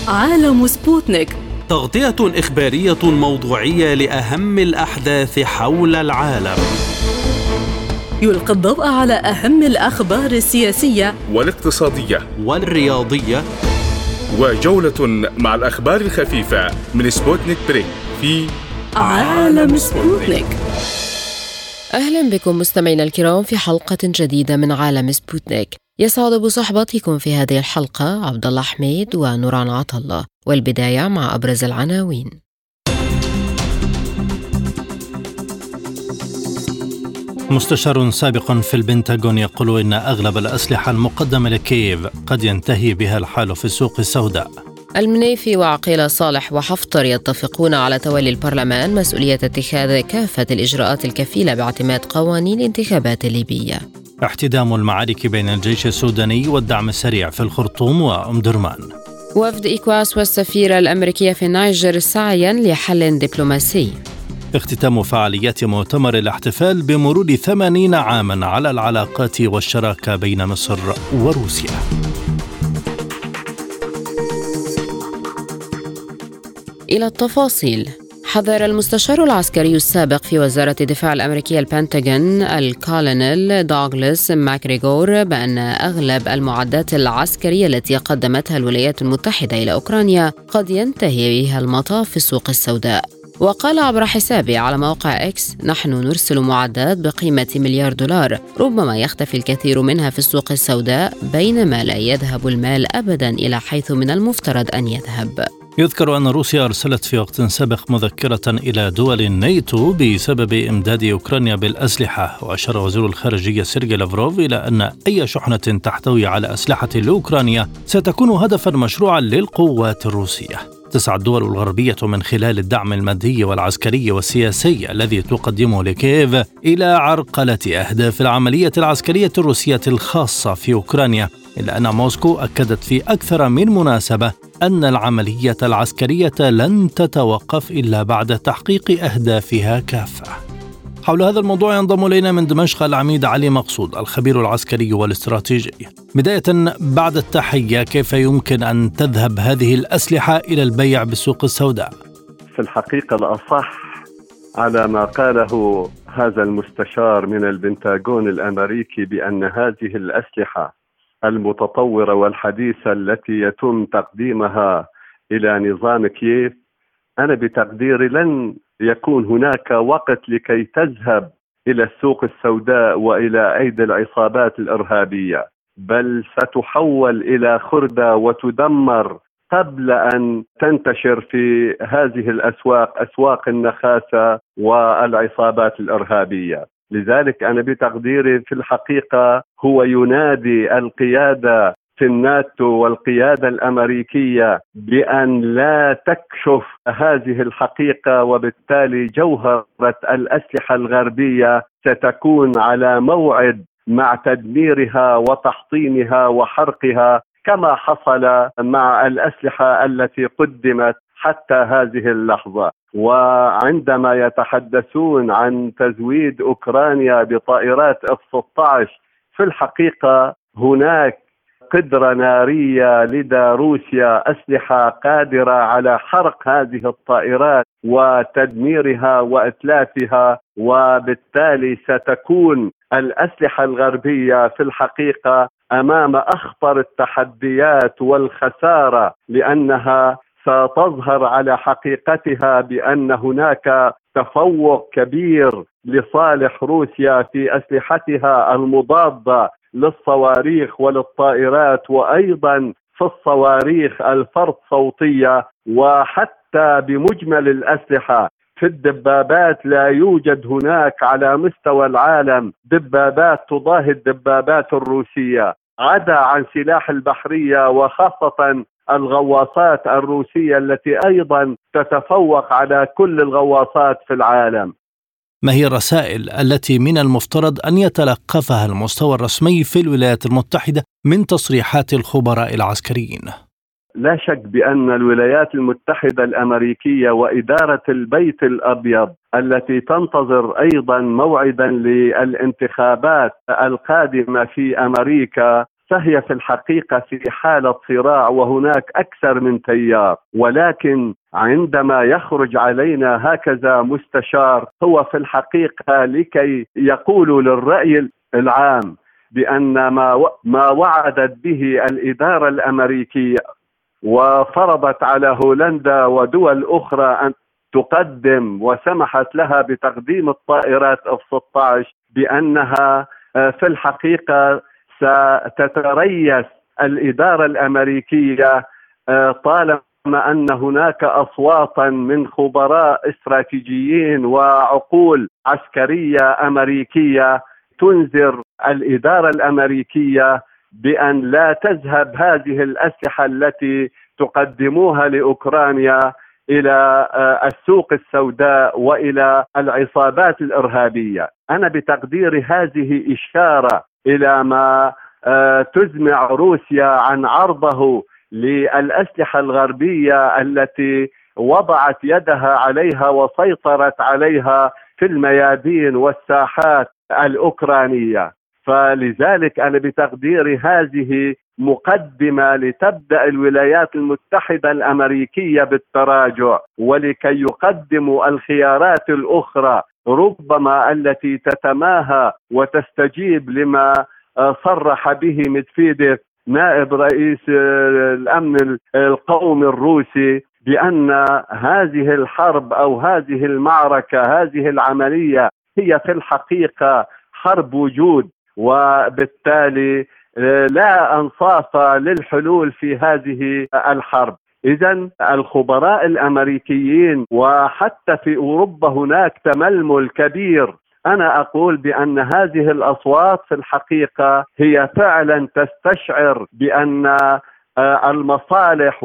عالم سبوتنيك، تغطية إخبارية موضوعية لأهم الأحداث حول العالم. يلقي الضوء على أهم الأخبار السياسية والاقتصادية والرياضية، وجولة مع الأخبار الخفيفة من سبوتنيك بريك في عالم سبوتنيك. أهلا بكم مستمعينا الكرام في حلقة جديدة من عالم سبوتنيك. يسعد بصحبتكم في هذه الحلقة عبد الله حميد ونوران عطلة، والبداية مع أبرز العناوين. مستشار سابق في البنتاغون يقول إن أغلب الأسلحة المقدمة لكييف قد ينتهي بها الحال في السوق السوداء. المنيفي وعقيلة صالح وحفتر يتفقون على تولي البرلمان مسؤولية اتخاذ كافة الإجراءات الكفيلة باعتماد قوانين الانتخابات الليبية. احتدام المعارك بين الجيش السوداني والدعم السريع في الخرطوم وأم درمان. وفد إيكواس والسفيرة الأمريكية في النيجر سعيا لحل دبلوماسي. اختتام فعاليات مؤتمر الاحتفال بمرور 80 عاما على العلاقات والشراكة بين مصر وروسيا. إلى التفاصيل. حذر المستشار العسكري السابق في وزارة الدفاع الأمريكية البنتاغون الكولونيل دوغلاس ماكريغور بأن أغلب المعدات العسكرية التي قدمتها الولايات المتحدة إلى أوكرانيا قد ينتهي بها المطاف في السوق السوداء. وقال عبر حسابه على موقع إكس: نحن نرسل معدات بقيمة $1,000,000 ربما يختفي الكثير منها في السوق السوداء، بينما لا يذهب المال أبدا إلى حيث من المفترض أن يذهب. يذكر أن روسيا أرسلت في وقت سابق مذكرة إلى دول الناتو بسبب إمداد أوكرانيا بالأسلحة، وأشار وزير الخارجية سيرجي لافروف إلى أن أي شحنة تحتوي على أسلحة لأوكرانيا ستكون هدفا مشروعا للقوات الروسية. تسعى الدول الغربية من خلال الدعم المادي والعسكري والسياسي الذي تقدمه لكييف إلى عرقلة أهداف العملية العسكرية الروسية الخاصة في أوكرانيا، إلا أن موسكو أكدت في أكثر من مناسبة أن العملية العسكرية لن تتوقف إلا بعد تحقيق أهدافها كافة. حول هذا الموضوع ينضم إلينا من دمشق العميد علي مقصود، الخبير العسكري والاستراتيجي. بداية بعد التحية، كيف يمكن أن تذهب هذه الأسلحة إلى البيع بالسوق السوداء؟ في الحقيقة الأصح على ما قاله هذا المستشار من البنتاغون الأمريكي بأن هذه الأسلحة المتطورة والحديثة التي يتم تقديمها إلى نظام كييف، أنا بتقديري لن يكون هناك وقت لكي تذهب إلى السوق السوداء وإلى أيدي العصابات الإرهابية، بل ستحول إلى خردة وتدمر قبل أن تنتشر في هذه الأسواق، أسواق النخاسة والعصابات الإرهابية. لذلك أنا بتقديري في الحقيقة هو ينادي القيادة في الناتو والقيادة الأمريكية بأن لا تكشف هذه الحقيقة، وبالتالي جوهرة الأسلحة الغربية ستكون على موعد مع تدميرها وتحطيمها وحرقها، كما حصل مع الأسلحة التي قدمت حتى هذه اللحظة. وعندما يتحدثون عن تزويد أوكرانيا بطائرات F-16، في الحقيقة هناك قدرة نارية لدى روسيا، أسلحة قادرة على حرق هذه الطائرات وتدميرها وإتلافها، وبالتالي ستكون الأسلحة الغربية في الحقيقة أمام أخطر التحديات والخسارة، لأنها ستظهر على حقيقتها بأن هناك تفوق كبير لصالح روسيا في أسلحتها المضادة للصواريخ وللطائرات، وأيضا في الصواريخ الفرد صوتية، وحتى بمجمل الأسلحة. في الدبابات لا يوجد هناك على مستوى العالم دبابات تضاهي الدبابات الروسية، عدا عن سلاح البحرية وخاصة الغواصات الروسية التي أيضا تتفوق على كل الغواصات في العالم. ما هي الرسائل التي من المفترض أن يتلقفها المستوى الرسمي في الولايات المتحدة من تصريحات الخبراء العسكريين؟ لا شك بأن الولايات المتحدة الأمريكية وإدارة البيت الأبيض التي تنتظر أيضا موعدا للانتخابات القادمة في أمريكا فهي في الحقيقة في حالة صراع وهناك أكثر من تيار، ولكن عندما يخرج علينا هكذا مستشار هو في الحقيقة لكي يقول للرأي العام بأن ما وعدت به الإدارة الأمريكية وفرضت على هولندا ودول أخرى أن تقدم وسمحت لها بتقديم الطائرات F-16 بأنها في الحقيقة ستتريث الإدارة الأمريكية طالما أن هناك أصواتا من خبراء استراتيجيين وعقول عسكرية أمريكية تنذر الإدارة الأمريكية بأن لا تذهب هذه الأسلحة التي تقدموها لأوكرانيا إلى السوق السوداء وإلى العصابات الإرهابية. أنا بتقديري هذه إشارة إلى ما تزمع روسيا عن عرضه للأسلحة الغربية التي وضعت يدها عليها وسيطرت عليها في الميادين والساحات الأوكرانية. فلذلك أنا بتقديري هذه مقدمة لتبدأ الولايات المتحدة الأمريكية بالتراجع، ولكي يقدموا الخيارات الأخرى ربما التي تتماهى وتستجيب لما صرح به ميدفيديف نائب رئيس الأمن القومي الروسي بأن هذه الحرب أو هذه المعركة هذه العملية هي في الحقيقة حرب وجود، وبالتالي لا أنصاف للحلول في هذه الحرب. إذن الخبراء الأمريكيين وحتى في أوروبا هناك تململ كبير. أنا أقول بأن هذه الأصوات في الحقيقة هي فعلا تستشعر بأن المصالح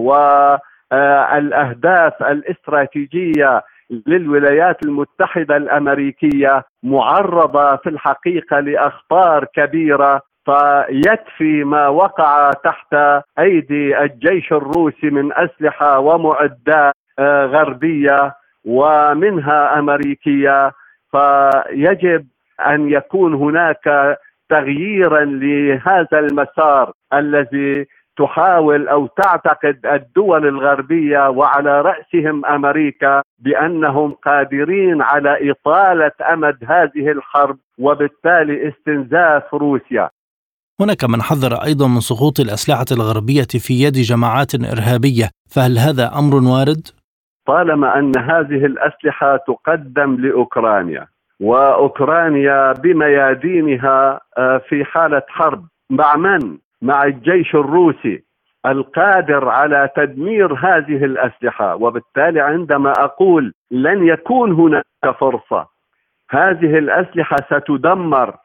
والأهداف الاستراتيجية للولايات المتحدة الأمريكية معرضة في الحقيقة لأخطار كبيرة، فيكفي ما وقع تحت أيدي الجيش الروسي من أسلحة ومعدات غربية ومنها أمريكية، فيجب أن يكون هناك تغييرا لهذا المسار الذي تحاول أو تعتقد الدول الغربية وعلى رأسهم أمريكا بأنهم قادرين على إطالة أمد هذه الحرب وبالتالي استنزاف روسيا. هناك من حذر أيضا من سقوط الأسلحة الغربية في يد جماعات إرهابية، فهل هذا أمر وارد؟ طالما أن هذه الأسلحة تقدم لأوكرانيا وأوكرانيا بميادينها في حالة حرب مع من؟ مع الجيش الروسي القادر على تدمير هذه الأسلحة، وبالتالي عندما أقول لن يكون هناك فرصة، هذه الأسلحة ستدمر.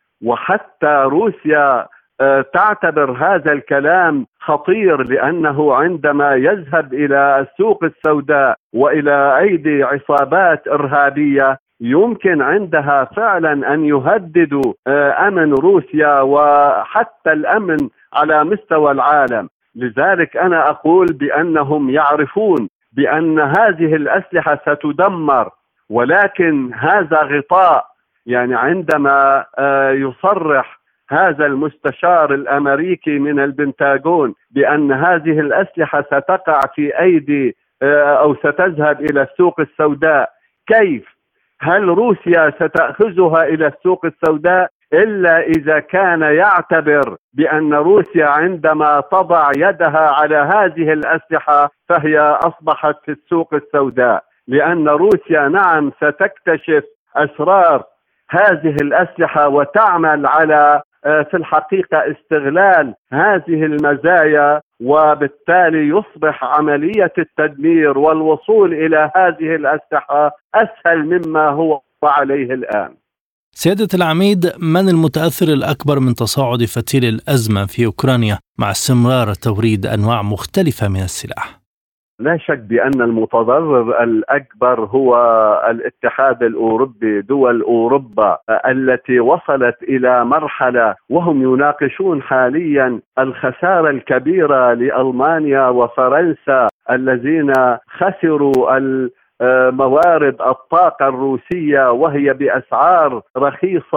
وحتى روسيا تعتبر هذا الكلام خطير، لأنه عندما يذهب إلى السوق السوداء وإلى أيدي عصابات إرهابية يمكن عندها فعلا أن يهددوا أمن روسيا وحتى الأمن على مستوى العالم. لذلك أنا أقول بأنهم يعرفون بأن هذه الأسلحة ستدمر، ولكن هذا غطاء. يعني عندما يصرح هذا المستشار الأمريكي من البنتاغون بأن هذه الأسلحة ستقع في أيدي أو ستذهب إلى السوق السوداء، كيف؟ هل روسيا ستأخذها إلى السوق السوداء إلا إذا كان يعتبر بأن روسيا عندما تضع يدها على هذه الأسلحة فهي أصبحت في السوق السوداء، لأن روسيا نعم ستكتشف أسرار هذه الأسلحة وتعمل على في الحقيقة استغلال هذه المزايا، وبالتالي يصبح عملية التدمير والوصول إلى هذه الأسلحة أسهل مما هو عليه الآن. سيادة العميد، من المتأثر الأكبر من تصاعد فتيل الأزمة في أوكرانيا مع استمرار توريد أنواع مختلفة من السلاح؟ لا شك بأن المتضرر الأكبر هو الاتحاد الأوروبي، دول أوروبا التي وصلت إلى مرحلة وهم يناقشون حاليا الخسارة الكبيرة لألمانيا وفرنسا الذين خسروا موارد الطاقة الروسية وهي بأسعار رخيصة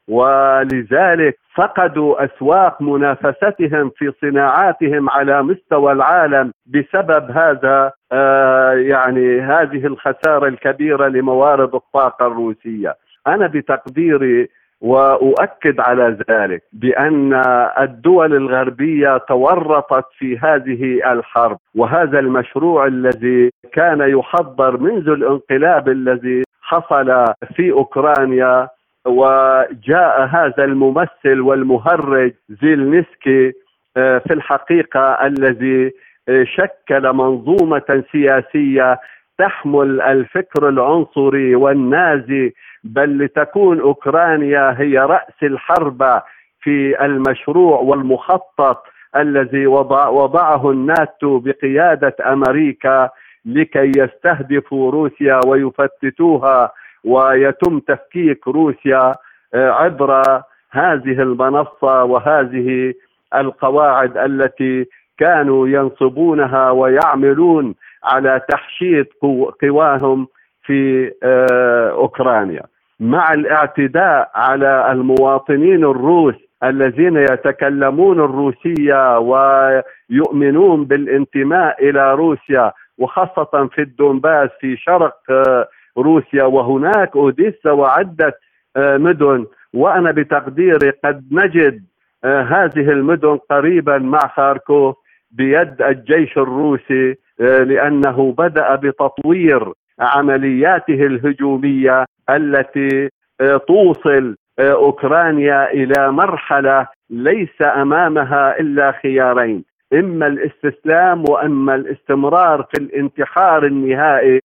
ولذلك فقدوا أسواق منافستهم في صناعاتهم على مستوى العالم بسبب هذا يعني هذه الخسارة الكبيرة لموارد الطاقة الروسية. أنا بتقديري وأؤكد على ذلك بأن الدول الغربية تورطت في هذه الحرب، وهذا المشروع الذي كان يحضر منذ الانقلاب الذي حصل في أوكرانيا، وجاء هذا الممثل والمهرج زيلنسكي في الحقيقة الذي شكل منظومة سياسية تحمل الفكر العنصري والنازي، بل لتكون أوكرانيا هي رأس الحرب في المشروع والمخطط الذي وضعه الناتو بقيادة أمريكا لكي يستهدفوا روسيا ويفتتوها، ويتم تفكيك روسيا عبر هذه المنصة وهذه القواعد التي كانوا ينصبونها ويعملون على تحشيد قواهم في أوكرانيا، مع الاعتداء على المواطنين الروس الذين يتكلمون الروسية ويؤمنون بالانتماء إلى روسيا، وخاصة في الدونباس في شرق روسيا، وهناك أوديسا وعدة مدن. وأنا بتقديري قد نجد هذه المدن قريبا مع خاركوف بيد الجيش الروسي، لأنه بدأ بتطوير عملياته الهجومية التي توصل أوكرانيا إلى مرحلة ليس أمامها إلا خيارين: إما الاستسلام وإما الاستمرار في الانتحار النهائي.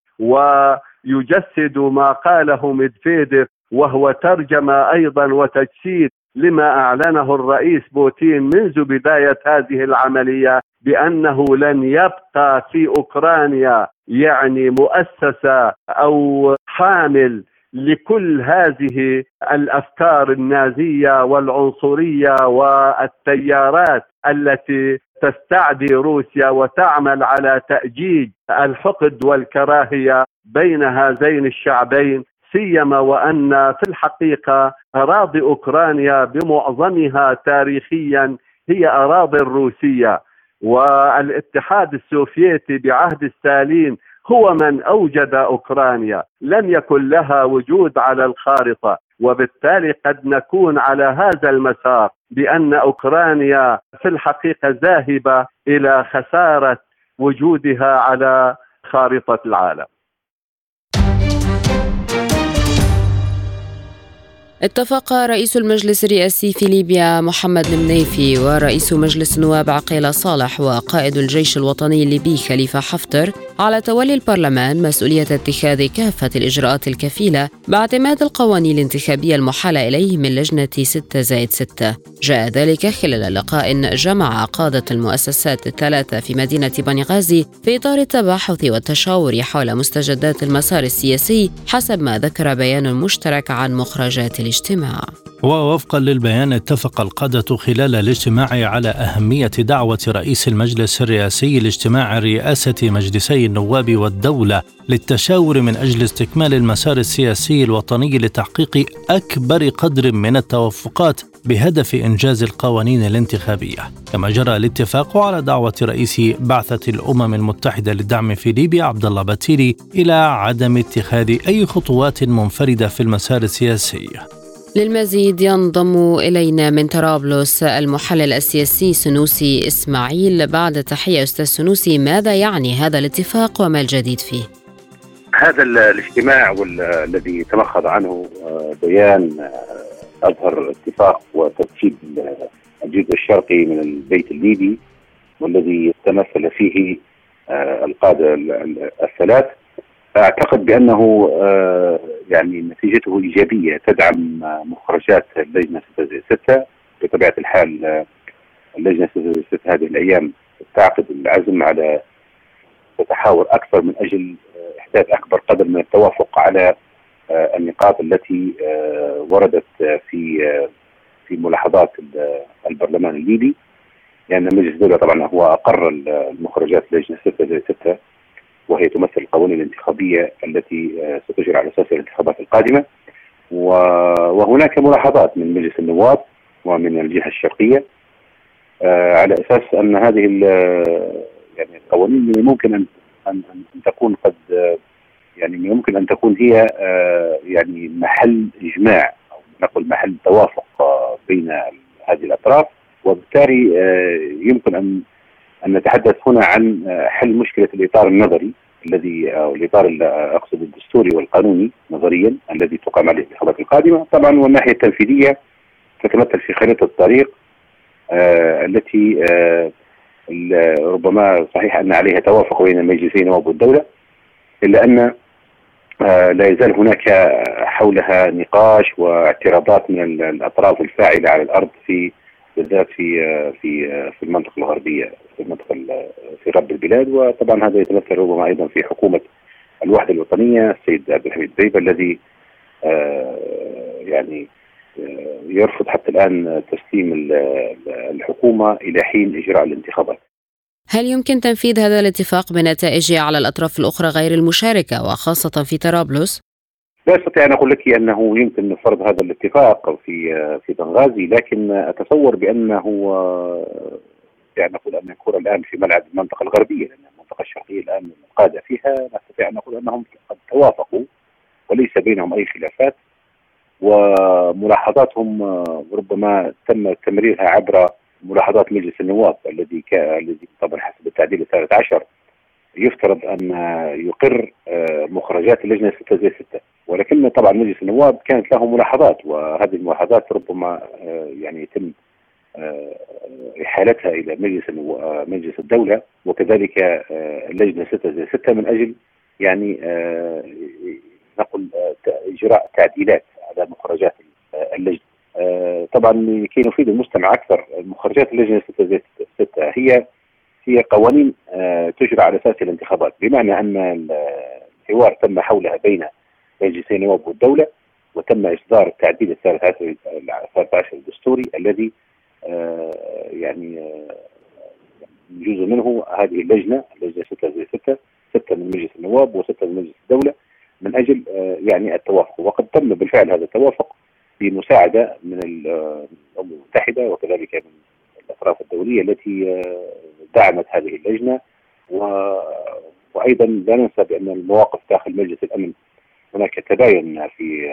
ويجسد ما قاله ميدفيديف، وهو ترجمة أيضا وتجسيد لما أعلنه الرئيس بوتين منذ بداية هذه العملية، بأنه لن يبقى في أوكرانيا يعني مؤسسة أو حامل لكل هذه الأفكار النازية والعنصرية والتيارات التي تستعدي روسيا وتعمل على تأجيج الحقد والكراهية بين هذين الشعبين، سيما وأن في الحقيقة أراضي أوكرانيا بمعظمها تاريخيا هي أراضي روسية، والاتحاد السوفيتي بعهد ستالين هو من أوجد أوكرانيا، لم يكن لها وجود على الخارطة. وبالتالي قد نكون على هذا المسار بأن أوكرانيا في الحقيقة ذاهبة إلى خسارة وجودها على خارطة العالم. اتفق رئيس المجلس الرئاسي في ليبيا محمد المنيفي ورئيس مجلس النواب عقيلة صالح وقائد الجيش الوطني الليبي خليفة حفتر على تولي البرلمان مسؤولية اتخاذ كافة الإجراءات الكفيلة باعتماد القوانين الانتخابية المحالة إليه من لجنة 6+6. جاء ذلك خلال لقاء جمع قادة المؤسسات الثلاثة في مدينة بنغازي في إطار التباحث والتشاور حول مستجدات المسار السياسي، حسب ما ذكر بيان مشترك عن مخرجات الاجتماع. ووفقا للبيان، اتفق القادة خلال الاجتماع على أهمية دعوة رئيس المجلس الرئاسي لاجتماع رئاسة مجلسي النواب والدولة للتشاور من أجل استكمال المسار السياسي الوطني لتحقيق أكبر قدر من التوافقات بهدف إنجاز القوانين الانتخابية. كما جرى الاتفاق على دعوة رئيس بعثة الأمم المتحدة للدعم في ليبيا عبد الله باتيلي إلى عدم اتخاذ أي خطوات منفردة في المسار السياسي. للمزيد ينضم إلينا من طرابلس المحلل السياسي سنوسي إسماعيل. بعد تحية أستاذ سنوسي، ماذا يعني هذا الاتفاق وما الجديد فيه؟ هذا الاجتماع والذي تمخض عنه بيان أظهر اتفاق وترتيب الجزء الشرقي من البيت الليبي، والذي تمثل فيه القادة الثلاث. أعتقد بأنه يعني نتيجته إيجابية تدعم مخرجات اللجنة 6+6. بطبيعة الحال اللجنة 6+6 هذه الأيام تعقد العزم على تتحاور أكثر من أجل إحداث أكبر قدر من التوافق على النقاط التي وردت في ملاحظات البرلمان الليبي، لأن مجلس الدولة طبعا هو أقر المخرجات اللجنة 6+6، وهي تمثل القوانين الانتخابية التي ستجرى على أساسها الانتخابات القادمة. وهناك ملاحظات من مجلس النواب ومن الجهة الشرقية على أساس أن هذه يعني القوانين ممكن أن تكون قد يعني ممكن أن تكون هي يعني محل إجماع أو نقول محل توافق بين هذه الأطراف، وبالتالي يمكن أن نتحدث هنا عن حل مشكلة الإطار النظري الذي أو الإطار أقصد الدستوري والقانوني نظريا الذي تقام عليه الانتخابات القادمة طبعا، والناحية التنفيذية تتمثل في خريطة الطريق التي ربما صحيح أن عليها توافق بين المجلسين نواب الدولة، إلا أن لا يزال هناك حولها نقاش واعتراضات من الأطراف الفاعلة على الأرض بالذات في المنطقة الغربية، في غرب البلاد. وطبعا هذا يتمثل ربما أيضا في حكومة الوحدة الوطنية السيد عبد الحميد دبيبة الذي يعني يرفض حتى الآن تسليم الحكومة إلى حين إجراء الانتخابات. هل يمكن تنفيذ هذا الاتفاق بنتائجه على الأطراف الأخرى غير المشاركة وخاصة في طرابلس؟ لا أستطيع أن أقول لك أنه يمكن فرض هذا الاتفاق في بنغازي، لكن أتصور بأنه يعني نقول أن نكون الآن في ملعب المنطقة الغربية، لأن المنطقة الشرقية الآن القادة فيها نستطيع أن نقول أنهم قد توافقوا وليس بينهم أي خلافات، وملاحظاتهم ربما تم تمريرها عبر ملاحظات مجلس النواب الذي طبعا حسب التعديل 13 يفترض أن يقر مخرجات اللجنة 6/6، ولكن طبعا مجلس النواب كانت له ملاحظات، وهذه الملاحظات ربما يعني يتم إحالتها إلى مجلس الدولة وكذلك اللجنة 6/6 من أجل يعني نقول إجراء تعديلات على مخرجات اللجنة. طبعا لكي نفيد المستمع أكثر، مخرجات اللجنة 6/6 هي قوانين تجرى على أساس الانتخابات، بمعنى أن الحوار تم حولها بين مجلسي النواب والدولة، وتم إصدار التعديل 13 الدستوري الذي يعني جزء منه هذه اللجنة 6/6 6 من مجلس النواب و6 من مجلس الدولة من أجل يعني التوافق. وقد تم بالفعل هذا التوافق بمساعدة من الأمم المتحدة وكذلك من الأطراف الدولية التي دعمت هذه اللجنة، وأيضا لا ننسى بأن المواقف داخل مجلس الأمن هناك تباين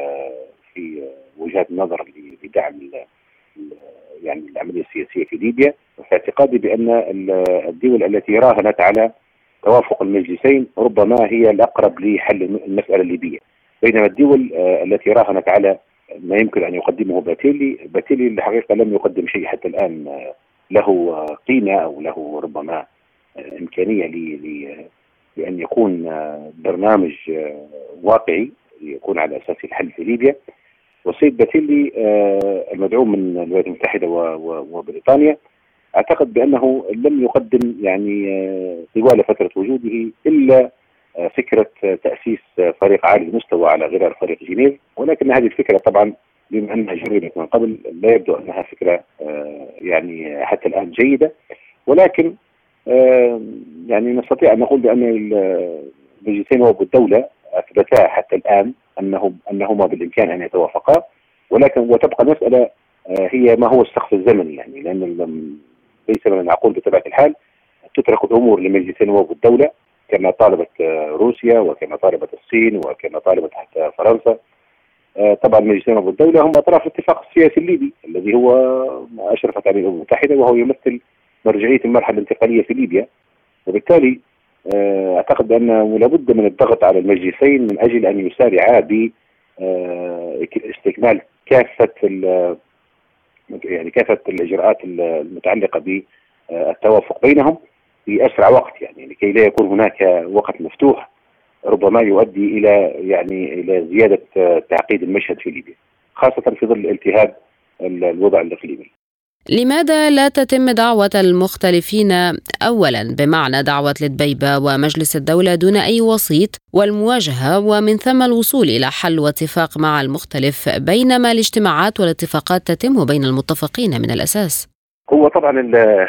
في وجهات النظر لدعم يعني العملية السياسية في ليبيا، وفي اعتقادي بأن الدول التي راهنت على توافق المجلسين ربما هي الأقرب لحل المسألة الليبية، بينما الدول التي راهنت على ما يمكن أن يقدمه باتيلي الحقيقة لم يقدم شيء حتى الآن له قيمة أو له ربما إمكانية لأن يكون برنامج واقعي يكون على أساس الحل في ليبيا. والسيد باتيلي المدعوم من الولايات المتحدة وبريطانيا أعتقد بأنه لم يقدم يعني طوال فترة وجوده إلا فكرة تأسيس فريق عالي المستوى على غرار فريق جنيف، ولكن هذه الفكرة طبعا بما أنها جربت من قبل لا يبدو أنها فكرة يعني حتى الآن جيدة، ولكن يعني نستطيع أن نقول بأن المجلسين النواب والدولة أثبتا حتى الآن أنهما بالإمكان أن يتوافقا، ولكن وتبقى المسألة هي ما هو السقف الزمني، يعني لأن ليس من المعقول بطبيعة الحال تترك الأمور لمجلسين النواب والدولة كما طالبت روسيا وكما طالبت الصين وكما طالبت حتى فرنسا. طبعا مجلسين النواب والدولة هم أطراف الاتفاق السياسي الليبي الذي هو أشرفت عليه الأمم المتحدة، وهو يمثل مرجعية المرحلة الانتقالية في ليبيا، وبالتالي أعتقد بأنه لابد من الضغط على المجلسين من أجل أن يسارعا باستكمال كافة الإجراءات المتعلقة بالتوافق بينهم في أسرع وقت، يعني لكي لا يكون هناك وقت مفتوح ربما يؤدي إلى زيادة تعقيد المشهد في ليبيا، خاصة في ظل التهاب الوضع الإقليمي. لماذا لا تتم دعوة المختلفين أولا بمعنى دعوة لدبيبة ومجلس الدولة دون أي وسيط والمواجهة ومن ثم الوصول إلى حل واتفاق مع المختلف، بينما الاجتماعات والاتفاقات تتم بين المتفقين من الأساس؟ هو طبعا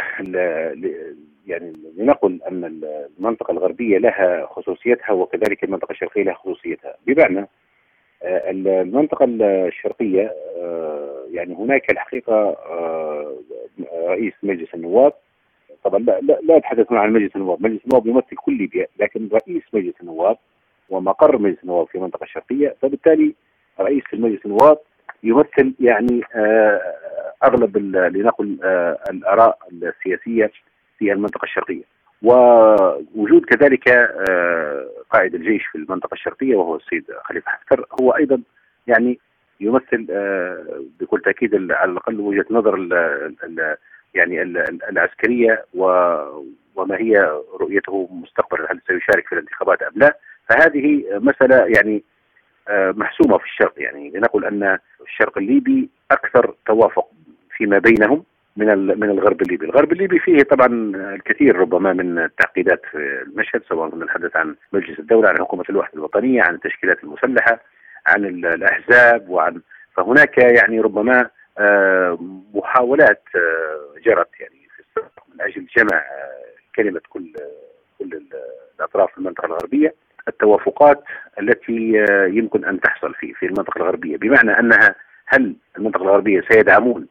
يعني لنقل أن المنطقة الغربية لها خصوصيتها وكذلك المنطقة الشرقية لها خصوصيتها، بمعنى المنطقة الشرقية يعني هناك الحقيقة رئيس مجلس النواب، طبعا لا أتحدث هنا عن مجلس النواب، مجلس النواب يمثل كل ليبيا، لكن رئيس مجلس النواب ومقر مجلس النواب في المنطقة الشرقية، فبالتالي رئيس مجلس النواب يمثل يعني أغلب لنقل الآراء السياسية في المنطقة الشرقية. ووجود كذلك قائد الجيش في المنطقة الشرقية وهو السيد خليفة حفتر هو أيضا يعني يمثل بكل تأكيد على الأقل وجهة نظر يعني العسكرية وما هي رؤيته مستقبلا، هل سيشارك في الانتخابات أم لا. فهذه مسألة يعني محسومة في الشرق، يعني لنقل أن الشرق الليبي أكثر توافق فيما بينهم من الغرب الليبي. الغرب الليبي فيه طبعا الكثير ربما من التعقيدات في المشهد، سواء كنا نتحدث عن مجلس الدولة، عن حكومة الوحدة الوطنية، عن التشكيلات المسلحة، عن الأحزاب، فهناك يعني ربما محاولات جرت يعني في السابق من أجل جمع كلمة كل الأطراف في المنطقة الغربية، التوافقات التي يمكن أن تحصل في المنطقة الغربية، بمعنى أنها هل المنطقة الغربية سيدعمون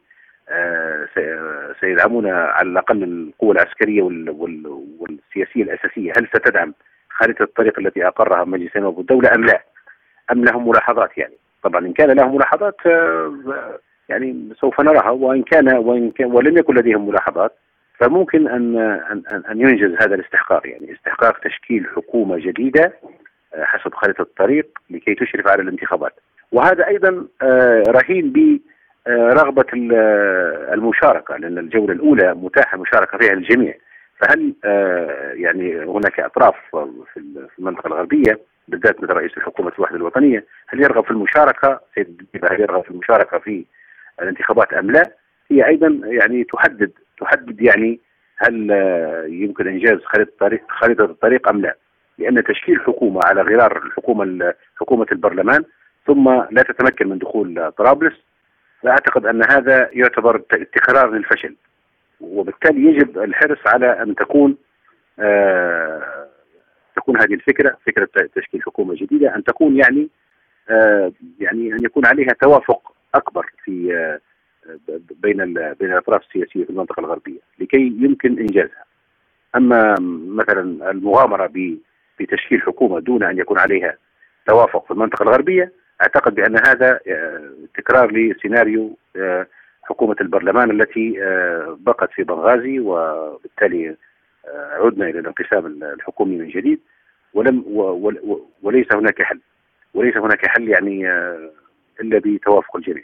على الأقل القوى العسكرية والسياسية الأساسية، هل ستدعم خارطة الطريق التي أقرها مجلس النواب والدولة أم لا، أم لهم ملاحظات؟ يعني طبعا إن كان لهم ملاحظات يعني سوف نراها، وإن كان ولم يكن لديهم ملاحظات فممكن أن ينجز هذا الاستحقاق، يعني استحقاق تشكيل حكومة جديدة حسب خارطة الطريق لكي تشرف على الانتخابات. وهذا أيضا رهين برغبة المشاركة، لأن الجولة الأولى متاحة مشاركة فيها الجميع. فهل يعني هناك أطراف في المنطقة الغربية بالذات مثل رئيس الحكومة الوحدة الوطنية هل يرغب في المشاركة؟ هل يرغب في المشاركة في الانتخابات أم لا؟ هي أيضا يعني تحدد يعني هل يمكن إنجاز خارطة الطريق أم لا، لأن تشكيل حكومة على غرار حكومة البرلمان ثم لا تتمكن من دخول طرابلس، فأعتقد أن هذا يعتبر تكرار للفشل، وبالتالي يجب الحرص على أن تكون هذه فكرة تشكيل حكومة جديدة أن تكون يعني أن يكون عليها توافق أكبر في بين الأطراف السياسية في المنطقة الغربية لكي يمكن إنجازها. أما مثلا المغامرة بتشكيل حكومة دون أن يكون عليها توافق في المنطقة الغربية، أعتقد بأن هذا تكرار لسيناريو حكومة البرلمان التي بقت في بنغازي، وبالتالي عدنا إلى الانقسام الحكومي من جديد، وليس هناك حل يعني إلا بتوافق الجميع.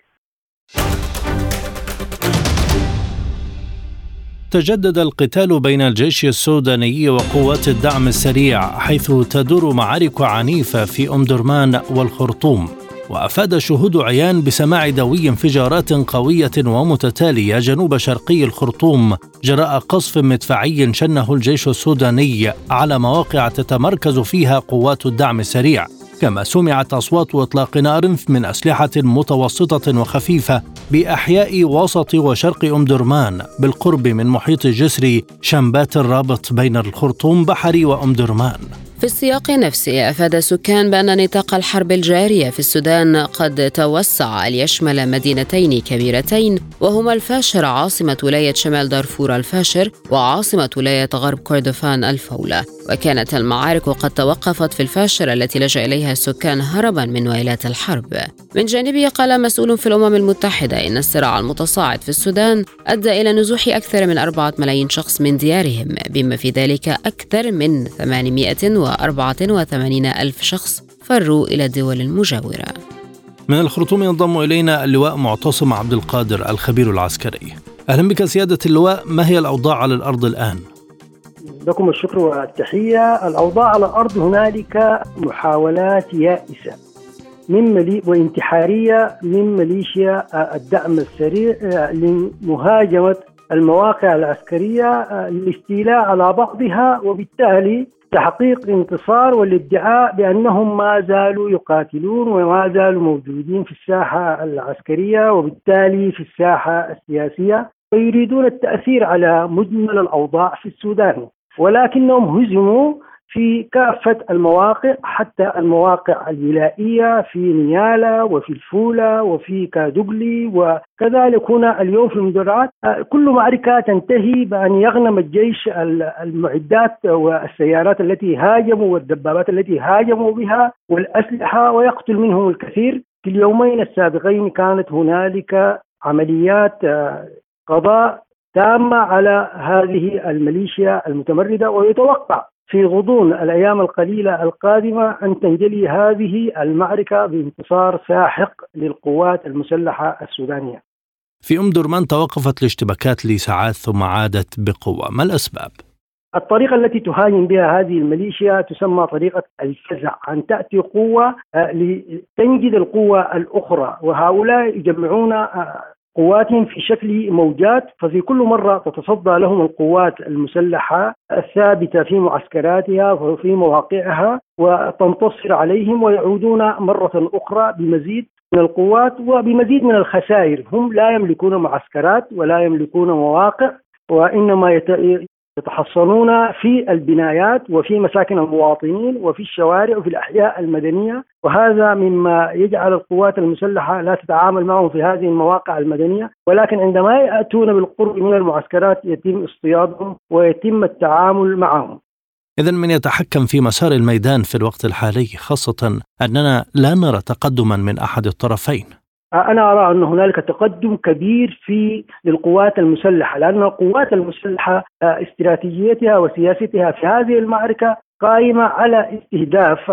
تجدد القتال بين الجيش السوداني وقوات الدعم السريع، حيث تدور معارك عنيفة في أم درمان والخرطوم، وأفاد شهود عيان بسماع دوي انفجارات قوية ومتتالية جنوب شرقي الخرطوم جراء قصف مدفعي شنه الجيش السوداني على مواقع تتمركز فيها قوات الدعم السريع، كما سمعت أصوات إطلاق نار من أسلحة متوسطة وخفيفة بأحياء وسط وشرق أم درمان بالقرب من محيط جسر شنبات الرابط بين الخرطوم بحري وأم درمان. في السياق نفسه أفاد سكان بأن نطاق الحرب الجارية في السودان قد توسع ليشمل مدينتين كبيرتين وهما الفاشر عاصمة ولاية شمال دارفور الفاشر وعاصمة ولاية غرب كردفان الفولة، وكانت المعارك قد توقفت في الفاشر التي لجأ إليها السكان هربا من ويلات الحرب. من جانبه قال مسؤول في الأمم المتحدة إن الصراع المتصاعد في السودان أدى إلى نزوح أكثر من 4 ملايين شخص من ديارهم، بما في ذلك أكثر من 884 ألف شخص فروا إلى الدول المجاورة. من الخرطوم ينضم إلينا اللواء معتصم عبد القادر الخبير العسكري. أهلا بك سيادة اللواء، ما هي الأوضاع على الأرض الآن؟ لكم الشكر والتحية. الأوضاع على الأرض هنالك محاولات يائسة وانتحارية من ميليشيا الدعم السريع لمهاجمة المواقع العسكرية للاستيلاء على بعضها، وبالتالي تحقيق انتصار والادعاء بأنهم ما زالوا يقاتلون وما زالوا موجودين في الساحة العسكرية وبالتالي في الساحة السياسية، ويريدون التأثير على مجمل الأوضاع في السودان، ولكنهم هزموا في كافة المواقع، حتى المواقع الولائية في نيالا وفي الفولة وفي كادوغلي، وكذلك هنا اليوم في المدرعات. كل معركة تنتهي بأن يغنم الجيش المعدات والسيارات التي هاجموا والدبابات التي هاجموا بها والأسلحة ويقتل منهم الكثير. في اليومين السابقين كانت هنالك عمليات قضاء تامة على هذه الميليشيا المتمردة، ويتوقع في غضون الأيام القليلة القادمة أن تنجلي هذه المعركة بانتصار ساحق للقوات المسلحة السودانية. في أم درمان توقفت الاشتباكات لساعات ثم عادت بقوة، ما الأسباب؟ الطريقة التي تهاجم بها هذه الميليشيا تسمى طريقة الفزع، أن تأتي قوة لتنجد القوة الأخرى، وهؤلاء يجمعون قواتهم في شكل موجات، ففي كل مرة تتصدى لهم القوات المسلحة الثابتة في معسكراتها وفي مواقعها وتنتصر عليهم، ويعودون مرة أخرى بمزيد من القوات وبمزيد من الخسائر. هم لا يملكون معسكرات ولا يملكون مواقع، وإنما يتحصنون في البنايات وفي مساكن المواطنين وفي الشوارع وفي الأحياء المدنية، وهذا مما يجعل القوات المسلحة لا تتعامل معهم في هذه المواقع المدنية، ولكن عندما يأتون بالقرب من المعسكرات يتم اصطيادهم ويتم التعامل معهم. إذن من يتحكم في مسار الميدان في الوقت الحالي، خاصة أننا لا نرى تقدما من أحد الطرفين؟ أنا أرى أن هنالك تقدم كبير للقوات المسلحة، لأن القوات المسلحة استراتيجيتها وسياستها في هذه المعركة قائمة على استهداف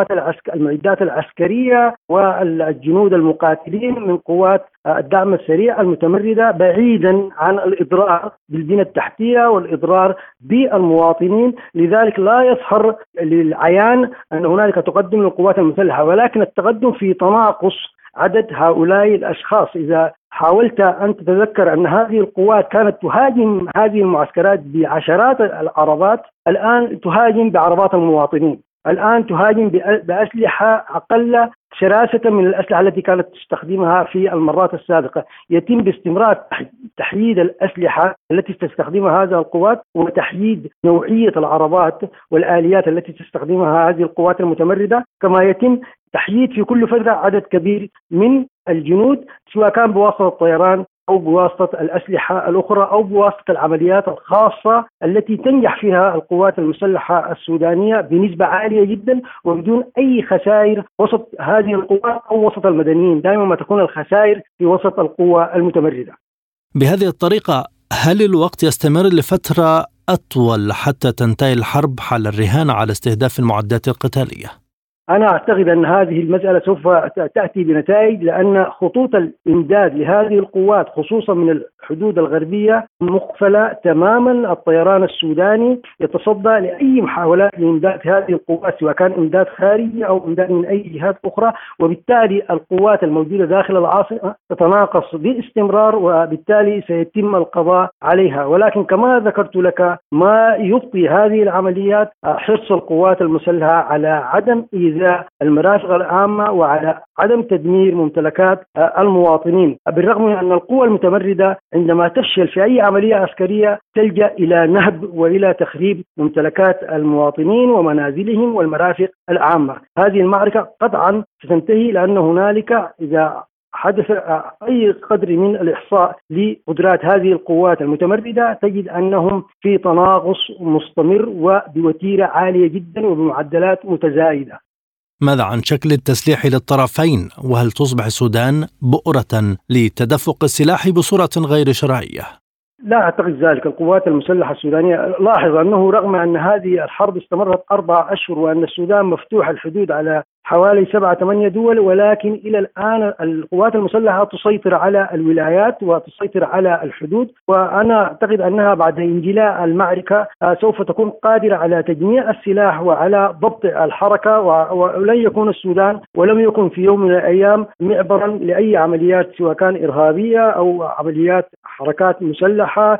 المعدات العسكرية والجنود المقاتلين من قوات الدعم السريع المتمردة، بعيدا عن الإضرار بالبنى التحتية والإضرار بالمواطنين. لذلك لا يظهر للعيان أن هنالك تقدم للقوات المسلحة، ولكن التقدم في تناقص عدد هؤلاء الأشخاص. إذا حاولت أن تتذكر أن هذه القوات كانت تهاجم هذه المعسكرات بعشرات العربات، الآن تهاجم بعربات المواطنين، الآن تهاجم بأسلحة أقل شراسة من الأسلحة التي كانت تستخدمها في المرات السابقة. يتم باستمرار تحييد الأسلحة التي تستخدمها هذه القوات وتحييد نوعية العربات والآليات التي تستخدمها هذه القوات المتمردة، كما يتم تحييد في كل فترة عدد كبير من الجنود، سواء كان بواسطة الطيران أو بواسطة الأسلحة الأخرى أو بواسطة العمليات الخاصة التي تنجح فيها القوات المسلحة السودانية بنسبة عالية جدا وبدون أي خسائر وسط هذه القوات أو وسط المدنيين. دائما ما تكون الخسائر في وسط القوة المتمردة. بهذه الطريقة هل الوقت يستمر لفترة أطول حتى تنتهي الحرب حال الرهان على استهداف المعدات القتالية؟ أنا أعتقد أن هذه المسألة سوف تأتي بنتائج، لأن خطوط الإمداد لهذه القوات خصوصا من الحدود الغربية مقفلة تماما. الطيران السوداني يتصدى لأي محاولات لإمداد هذه القوات، سواء كان إمداد خارجي أو إمداد من أي جهات أخرى، وبالتالي القوات الموجودة داخل العاصمة تتناقص باستمرار، وبالتالي سيتم القضاء عليها. ولكن كما ذكرت لك، ما يبطي هذه العمليات حرص القوات المسلحة على عدم المرافق العامة وعلى عدم تدمير ممتلكات المواطنين، بالرغم من أن القوى المتمردة عندما تفشل في أي عملية عسكرية تلجأ إلى نهب وإلى تخريب ممتلكات المواطنين ومنازلهم والمرافق العامة. هذه المعركة قطعا ستنتهي، لأن هنالك إذا حدث أي قدر من الإحصاء لقدرات هذه القوات المتمردة تجد أنهم في تناقص مستمر وبوتيرة عالية جدا وبمعدلات متزايدة. ماذا عن شكل التسليح للطرفين؟ وهل تصبح السودان بؤرة لتدفق السلاح بصورة غير شرعية؟ لا أعتقد ذلك. القوات المسلحة السودانية، لاحظ أنه رغم أن هذه الحرب استمرت 4 أشهر وأن السودان مفتوح الحدود على حوالي 7-8 دول، ولكن إلى الآن القوات المسلحة تسيطر على الولايات وتسيطر على الحدود، وأنا أعتقد أنها بعد انجلاء المعركة سوف تكون قادرة على تجميع السلاح وعلى ضبط الحركة، ولن يكون السودان ولم يكن في يوم من الأيام معبرا لأي عمليات سواء كان إرهابية أو عمليات حركات مسلحة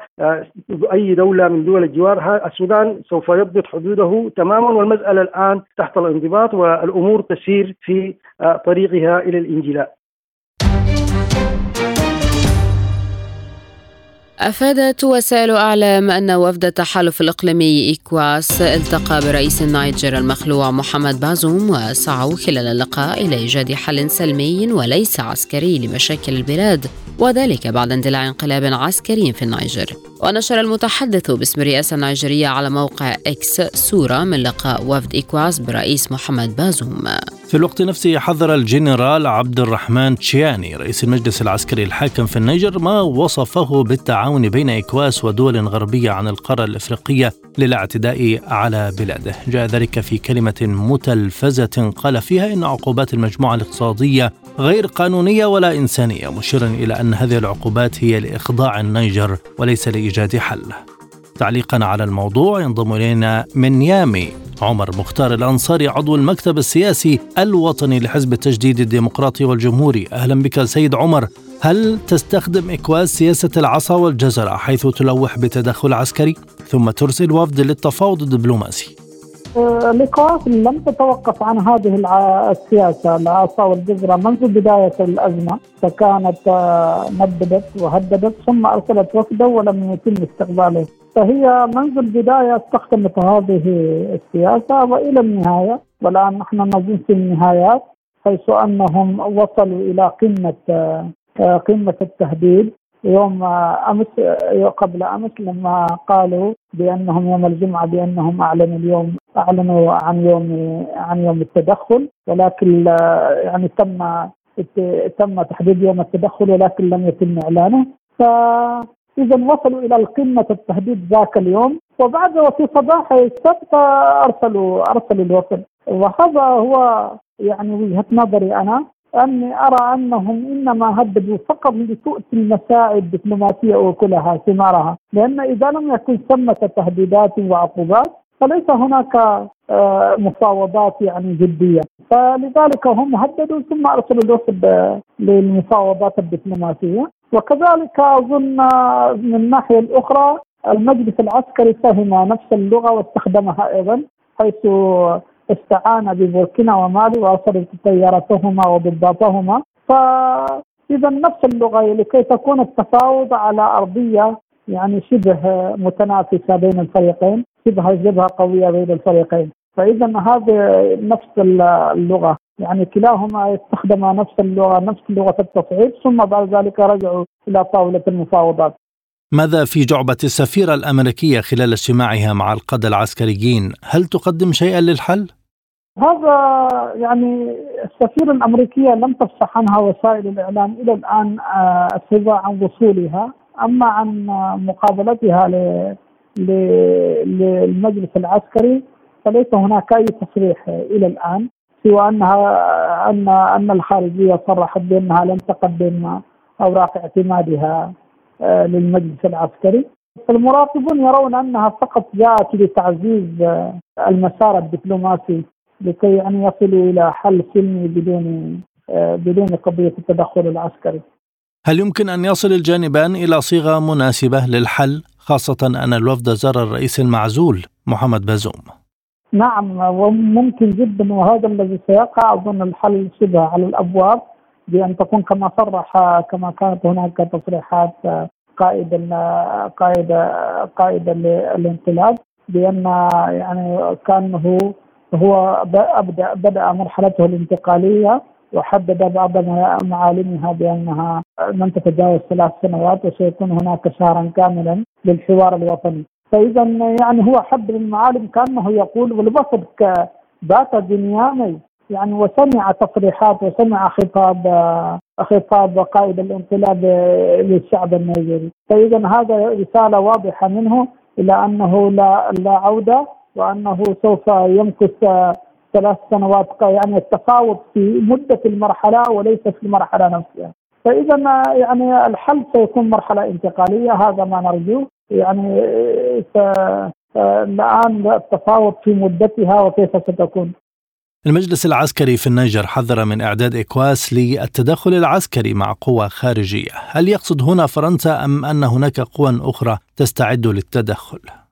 أي دولة من دول الجوار. السودان سوف يضبط حدوده تماما، والمسألة الآن تحت الانضباط والأمور تسير في طريقها إلى الانجلاء. أفادت وسائل أعلام أن وفد التحالف الإقليمي إيكواس التقى برئيس النيجر المخلوع محمد بازوم، وسعوا خلال اللقاء إلى إيجاد حل سلمي وليس عسكري لمشاكل البلاد، وذلك بعد اندلاع انقلاب عسكري في النيجر. ونشر المتحدث باسم الرئاسة النيجيرية على موقع إكس صورة من لقاء وفد إيكواس برئيس محمد بازوم. في الوقت نفسه حذر الجنرال عبد الرحمن تشياني رئيس المجلس العسكري الحاكم في النيجر ما وصفه بالتعاون بين إيكواس ودول غربية عن القارة الإفريقية للاعتداء على بلاده. جاء ذلك في كلمة متلفزة قال فيها إن عقوبات المجموعة الاقتصادية غير قانونية ولا إنسانية، مشيرا إلى أن هذه العقوبات هي لإخضاع النيجر وليس لإيجاد حل. تعليقا على الموضوع ينضم إلينا من نيامي عمر مختار الأنصاري عضو المكتب السياسي الوطني لحزب التجديد الديمقراطي والجمهوري. أهلا بك سيد عمر. هل تستخدم إكواس سياسة العصا والجزرة حيث تلوح بتدخل عسكري ثم ترسل وفد للتفاوض الدبلوماسي؟ الإكواس لم تتوقف عن هذه السياسة العصا والجزرة منذ بداية الأزمة، فكانت نددت وهددت ثم أرسلت وفدا ولم يتم استقباله، فهي منذ البداية استخدمت هذه السياسة وإلى النهاية، والآن نحن نظن في النهايات حيث أنهم وصلوا إلى قمة التهديد يوم أمس قبل أمس لما قالوا بأنهم يوم الجمعة بأنهم أعلنوا عن يوم التدخل، ولكن يعني تم تحديد يوم التدخل ولكن لم يتم إعلانه. فإذا وصلوا إلى القمة التهديد ذاك اليوم، وبعد وفي صباح السبت أرسلوا الوفد. وهذا هو يعني وجهة نظري أنا، أني أرى أنهم إنما هددوا فقط لتؤتي المساعي الدبلوماسية وكلها ثمارها، لأن إذا لم يكن ثمة تهديدات وعقوبات فليس هناك مفاوضات يعني جدية، فلذلك هم هددوا ثم أرسلوا الوفد للمفاوضات الدبلوماسية. وكذلك أظن من الناحية الأخرى المجلس العسكري فهم نفس اللغة واستخدمها أيضا، حيث استعان ببوركينا ومالي وأرسلت طيارتهما وضباطهما، فإذا نفس اللغة لكي تكون التفاوض على أرضية يعني شبه متنافسة بين الفريقين، شبه قوية بين الفريقين. فإذا هذه نفس اللغة، يعني كلاهما يستخدم نفس اللغة، نفس لغة التصعيد، ثم بعد ذلك رجعوا إلى طاولة المفاوضات. ماذا في جعبة السفيرة الأمريكية خلال اجتماعها مع القادة العسكريين؟ هل تقدم شيئا للحل؟ هذا يعني السفيرة الأمريكية لم تفصح عنها وسائل الإعلام إلى الآن سوى عن وصولها، أما عن مقابلتها للمجلس العسكري فليس هناك أي تصريح إلى الآن، سوى أن الخارجية صرحت بأنها لن تقدم أوراق اعتمادها للمجلس العسكري. المراقبون يرون أنها فقط جاءت لتعزيز المسار الدبلوماسي لكي يعني يصلوا إلى حل سلمي بدون قضية التدخل العسكري. هل يمكن أن يصل الجانبان إلى صيغة مناسبة للحل، خاصة أن الوفد زار الرئيس المعزول محمد بازوم؟ نعم، وممكن جدا، وهذا الذي سيقع. أظن الحل شبه على الأبواب بأن تكون كما كانت هناك تصريحات قائد الانقلاب بأن يعني كأنه هو بدأ مرحلته الانتقالية وحدد بعض معالمها بأنها لن تتجاوز 3 سنوات وسيكون هناك شهرا كاملا للحوار الوطني. فإذا يعني هو حدد المعالم كأنه يقول والوفد بات دنياني يعني، وسمع تصريحات وسمع خطاب قائد الانقلاب للشعب النيجيري. فإذا هذا رسالة واضحة منه إلى أنه لا عودة، وأنه سوف يمكث 3 سنوات، يعني التفاوض في مدة المرحلة وليس في المرحلة نفسها. فإذا يعني الحل سيكون مرحلة انتقالية، هذا ما نرجوه. يعني الآن التفاوض في مدتها وكيف ستكون. المجلس العسكري في النيجر حذر من إعداد إكواس للتدخل العسكري مع قوى خارجية. هل يقصد هنا فرنسا أم أن هناك قوى أخرى تستعد للتدخل؟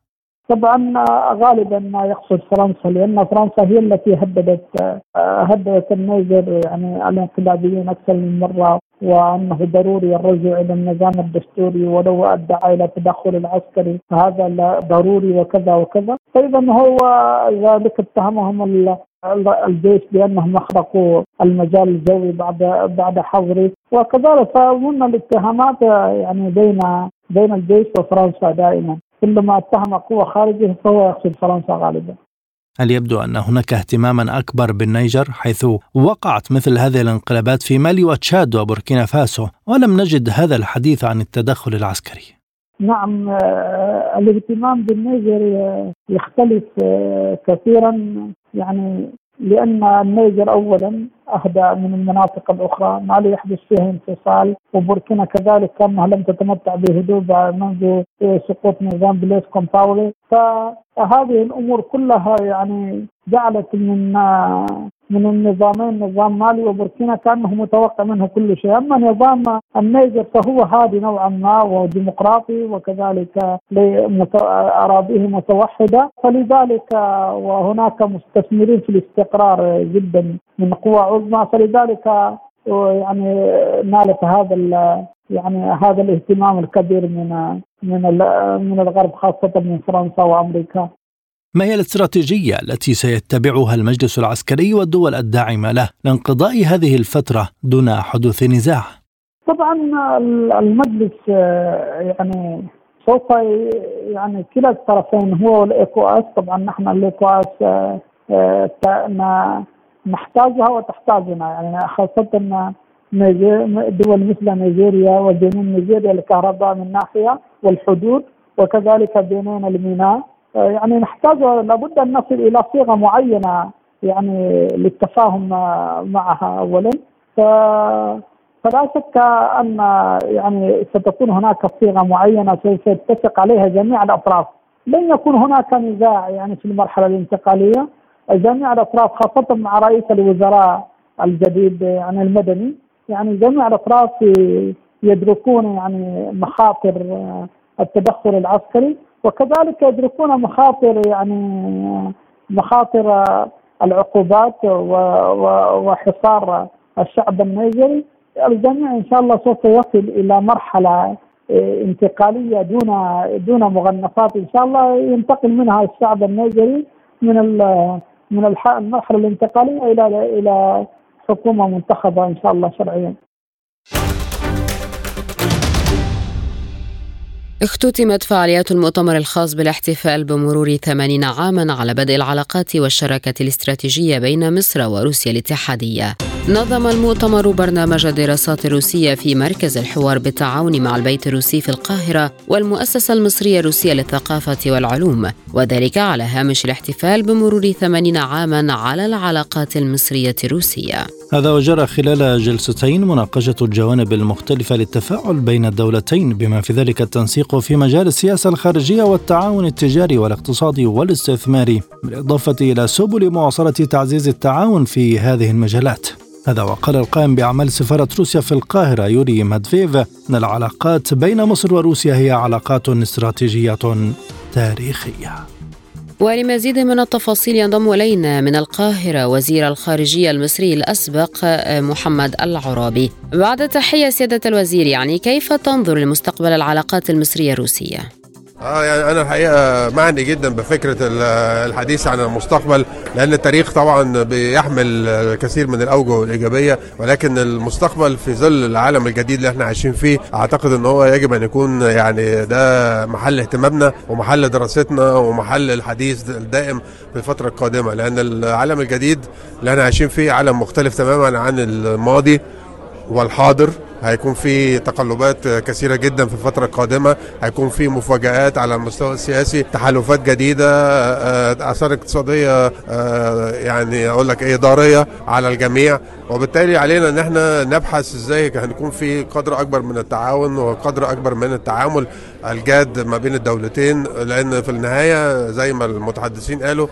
طبعا غالبا ما يقصد فرنسا، لأن فرنسا هي التي هددت النيجر يعني الانقلابيين أكثر من مرة، وأنه ضروري الرجوع إلى النظام الدستوري ولو أدعى إلى التدخل العسكري فهذا ضروري وكذا وكذا. أيضا هو ذلك اتهمهم الجيش بأنهم أخرقوا المجال الجوي بعد حظره، وكذلك فمن الاتهامات يعني بين الجيش وفرنسا دائما، كلما اتهم قوة خارجية فهو يقصد فرنسا غالبا. هل يبدو أن هناك اهتماما أكبر بالنيجر حيث وقعت مثل هذه الانقلابات في مالي وتشاد وبوركينا فاسو ولم نجد هذا الحديث عن التدخل العسكري؟ نعم، الاهتمام بالنيجر يختلف كثيرا، يعني لأن النيجر أولا أهدى من المناطق الأخرى، ما يحدث فيها انفصال، وبوركينا كذلك كانها لم تتمتع بهدوء منذ سقوط نظام بليس كومباوري. فهذه الأمور كلها يعني جعلت من النظامين، نظام مالي وبوركينا، كأنه متوقع منه كل شيء. أما نظام النيجر فهو هادي نوعا ما وديمقراطي، وكذلك أراضيه متوحدة، فلذلك وهناك مستثمرين في الاستقرار جدا من قوى عظمى، فلذلك يعني نالت هذا الاهتمام الكبير من الغرب، خاصة من فرنسا وأمريكا. ما هي الاستراتيجية التي سيتبعها المجلس العسكري والدول الداعمة له لانقضاء هذه الفترة دون حدوث نزاع؟ طبعا المجلس يعني سوف يعني كلا الطرفين هو والإيكواس. طبعا نحن الإيكواس نحتاجها وتحتاجنا، يعني خاصة دول مثل نيجيريا وجنوب نيجيريا الكهرباء من ناحية والحدود، وكذلك بيننا الميناء، يعني نحتاج لابد أن نصل إلى صيغة معينة يعني للتفاهم معها أولا. فلا شك أن يعني ستكون هناك صيغة معينة سوف يتفق عليها جميع الأطراف، لن يكون هناك نزاع يعني في المرحلة الانتقالية. جميع الأطراف خاصة مع رئيس الوزراء الجديد يعني المدني، يعني جميع الأطراف يدركون يعني مخاطر التدخل العسكري، وكذلك يدركون مخاطر العقوبات وحصار الشعب النيجري. الجميع إن شاء الله سوف يصل إلى مرحلة انتقالية دون مغنفات، إن شاء الله ينتقل منها الشعب النيجري من المرحلة الانتقالية إلى حكومة منتخبة إن شاء الله شرعيا. اختتمت فعاليات المؤتمر الخاص بالاحتفال بمرور 80 عاما على بدء العلاقات والشراكة الاستراتيجية بين مصر وروسيا الاتحادية. نظم المؤتمر برنامج الدراسات الروسية في مركز الحوار بالتعاون مع البيت الروسي في القاهرة والمؤسسة المصرية الروسية للثقافة والعلوم، وذلك على هامش الاحتفال بمرور 80 عاما على العلاقات المصرية الروسية. هذا وجرى خلال جلستين مناقشة الجوانب المختلفة للتفاعل بين الدولتين، بما في ذلك التنسيق في مجال السياسة الخارجية والتعاون التجاري والاقتصادي والاستثماري، بالإضافة إلى سبل مواصلة تعزيز التعاون في هذه المجالات. هذا وقال القائم بأعمال سفارة روسيا في القاهرة يوري مادفيف أن العلاقات بين مصر وروسيا هي علاقات استراتيجية تاريخية. ولمزيد من التفاصيل ينضم إلينا من القاهرة وزير الخارجية المصري الأسبق محمد العرابي. بعد تحية سيادة الوزير، يعني كيف تنظر لمستقبل العلاقات المصرية الروسية؟ يعني أنا الحقيقة معني جدا بفكرة الحديث عن المستقبل، لأن التاريخ طبعا بيحمل كثير من الأوجه الإيجابية، ولكن المستقبل في ظل العالم الجديد اللي احنا عايشين فيه أعتقد أن هو يجب أن يكون يعني ده محل اهتمامنا ومحل دراستنا ومحل الحديث الدائم في الفترة القادمة، لأن العالم الجديد اللي احنا عايشين فيه عالم مختلف تماما عن الماضي والحاضر. هيكون في تقلبات كثيرة جدا في الفترة القادمة، هيكون في مفاجآت على المستوى السياسي، تحالفات جديدة، آثار اقتصادية يعني أقول لك ضارية على الجميع، وبالتالي علينا ان احنا نبحث ازاي هنكون في قدر اكبر من التعاون وقدر اكبر من التعامل الجاد ما بين الدولتين، لأن في النهاية زي ما المتحدثين قالوا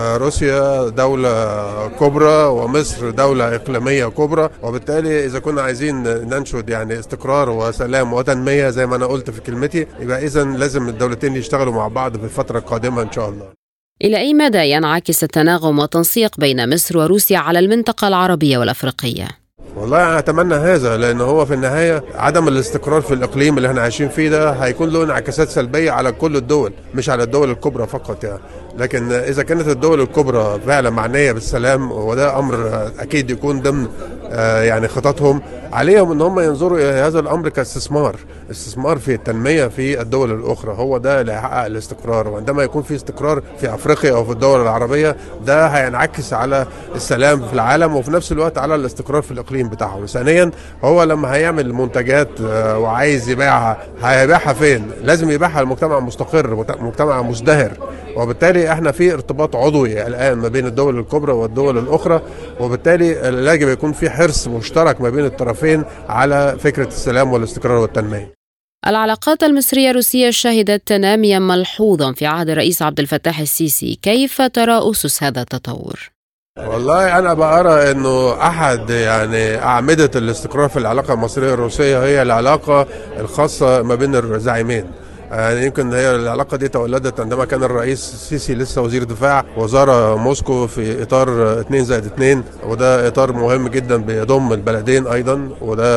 روسيا دولة كبرى ومصر دولة إقليمية كبرى، وبالتالي إذا كنا عايزين ننشد يعني استقرار وسلام وتنمية زي ما أنا قلت في كلمتي، يبقى إذن لازم الدولتين يشتغلوا مع بعض في الفترة القادمة إن شاء الله. إلى أي مدى ينعكس التناغم والتنسيق بين مصر وروسيا على المنطقة العربية والأفريقية؟ والله أنا أتمنى هذا، لأن هو في النهاية عدم الاستقرار في الإقليم اللي احنا عايشين فيه ده هيكون له انعكاسات سلبية على كل الدول، مش على الدول الكبرى فقط يعني. لكن إذا كانت الدول الكبرى فعلا معنية بالسلام، وده أمر أكيد يكون ضمن يعني خططهم، عليهم ان هم ينظروا الى هذا الامر كاستثمار في التنميه في الدول الاخرى، هو ده اللي هيحقق الاستقرار. وعندما يكون في استقرار في افريقيا او في الدول العربيه، ده هينعكس على السلام في العالم وفي نفس الوقت على الاستقرار في الاقليم بتاعهم. ثانيا هو لما هيعمل منتجات وعايز يبيعها، هيبيعها فين؟ لازم يبيعها لمجتمع مستقر، مجتمع مزدهر، وبالتالي احنا في ارتباط عضوي الان ما بين الدول الكبرى والدول الاخرى، وبالتالي يجب يكون في حرص مشترك ما بين الطرفين على فكرة السلام والاستقرار والتنمية. العلاقات المصرية روسية شهدت تناميا ملحوظا في عهد الرئيس عبد الفتاح السيسي، كيف ترى أسس هذا التطور؟ والله أنا بقرأ أنه أحد يعني أعمدة الاستقرار في العلاقة المصرية الروسية هي العلاقة الخاصة ما بين الزعيمين. يعني يمكن هي العلاقة دي تولدت عندما كان الرئيس السيسي لسه وزير دفاع، وزار موسكو في إطار 2+2، وده إطار مهم جدا بيضم البلدين أيضا،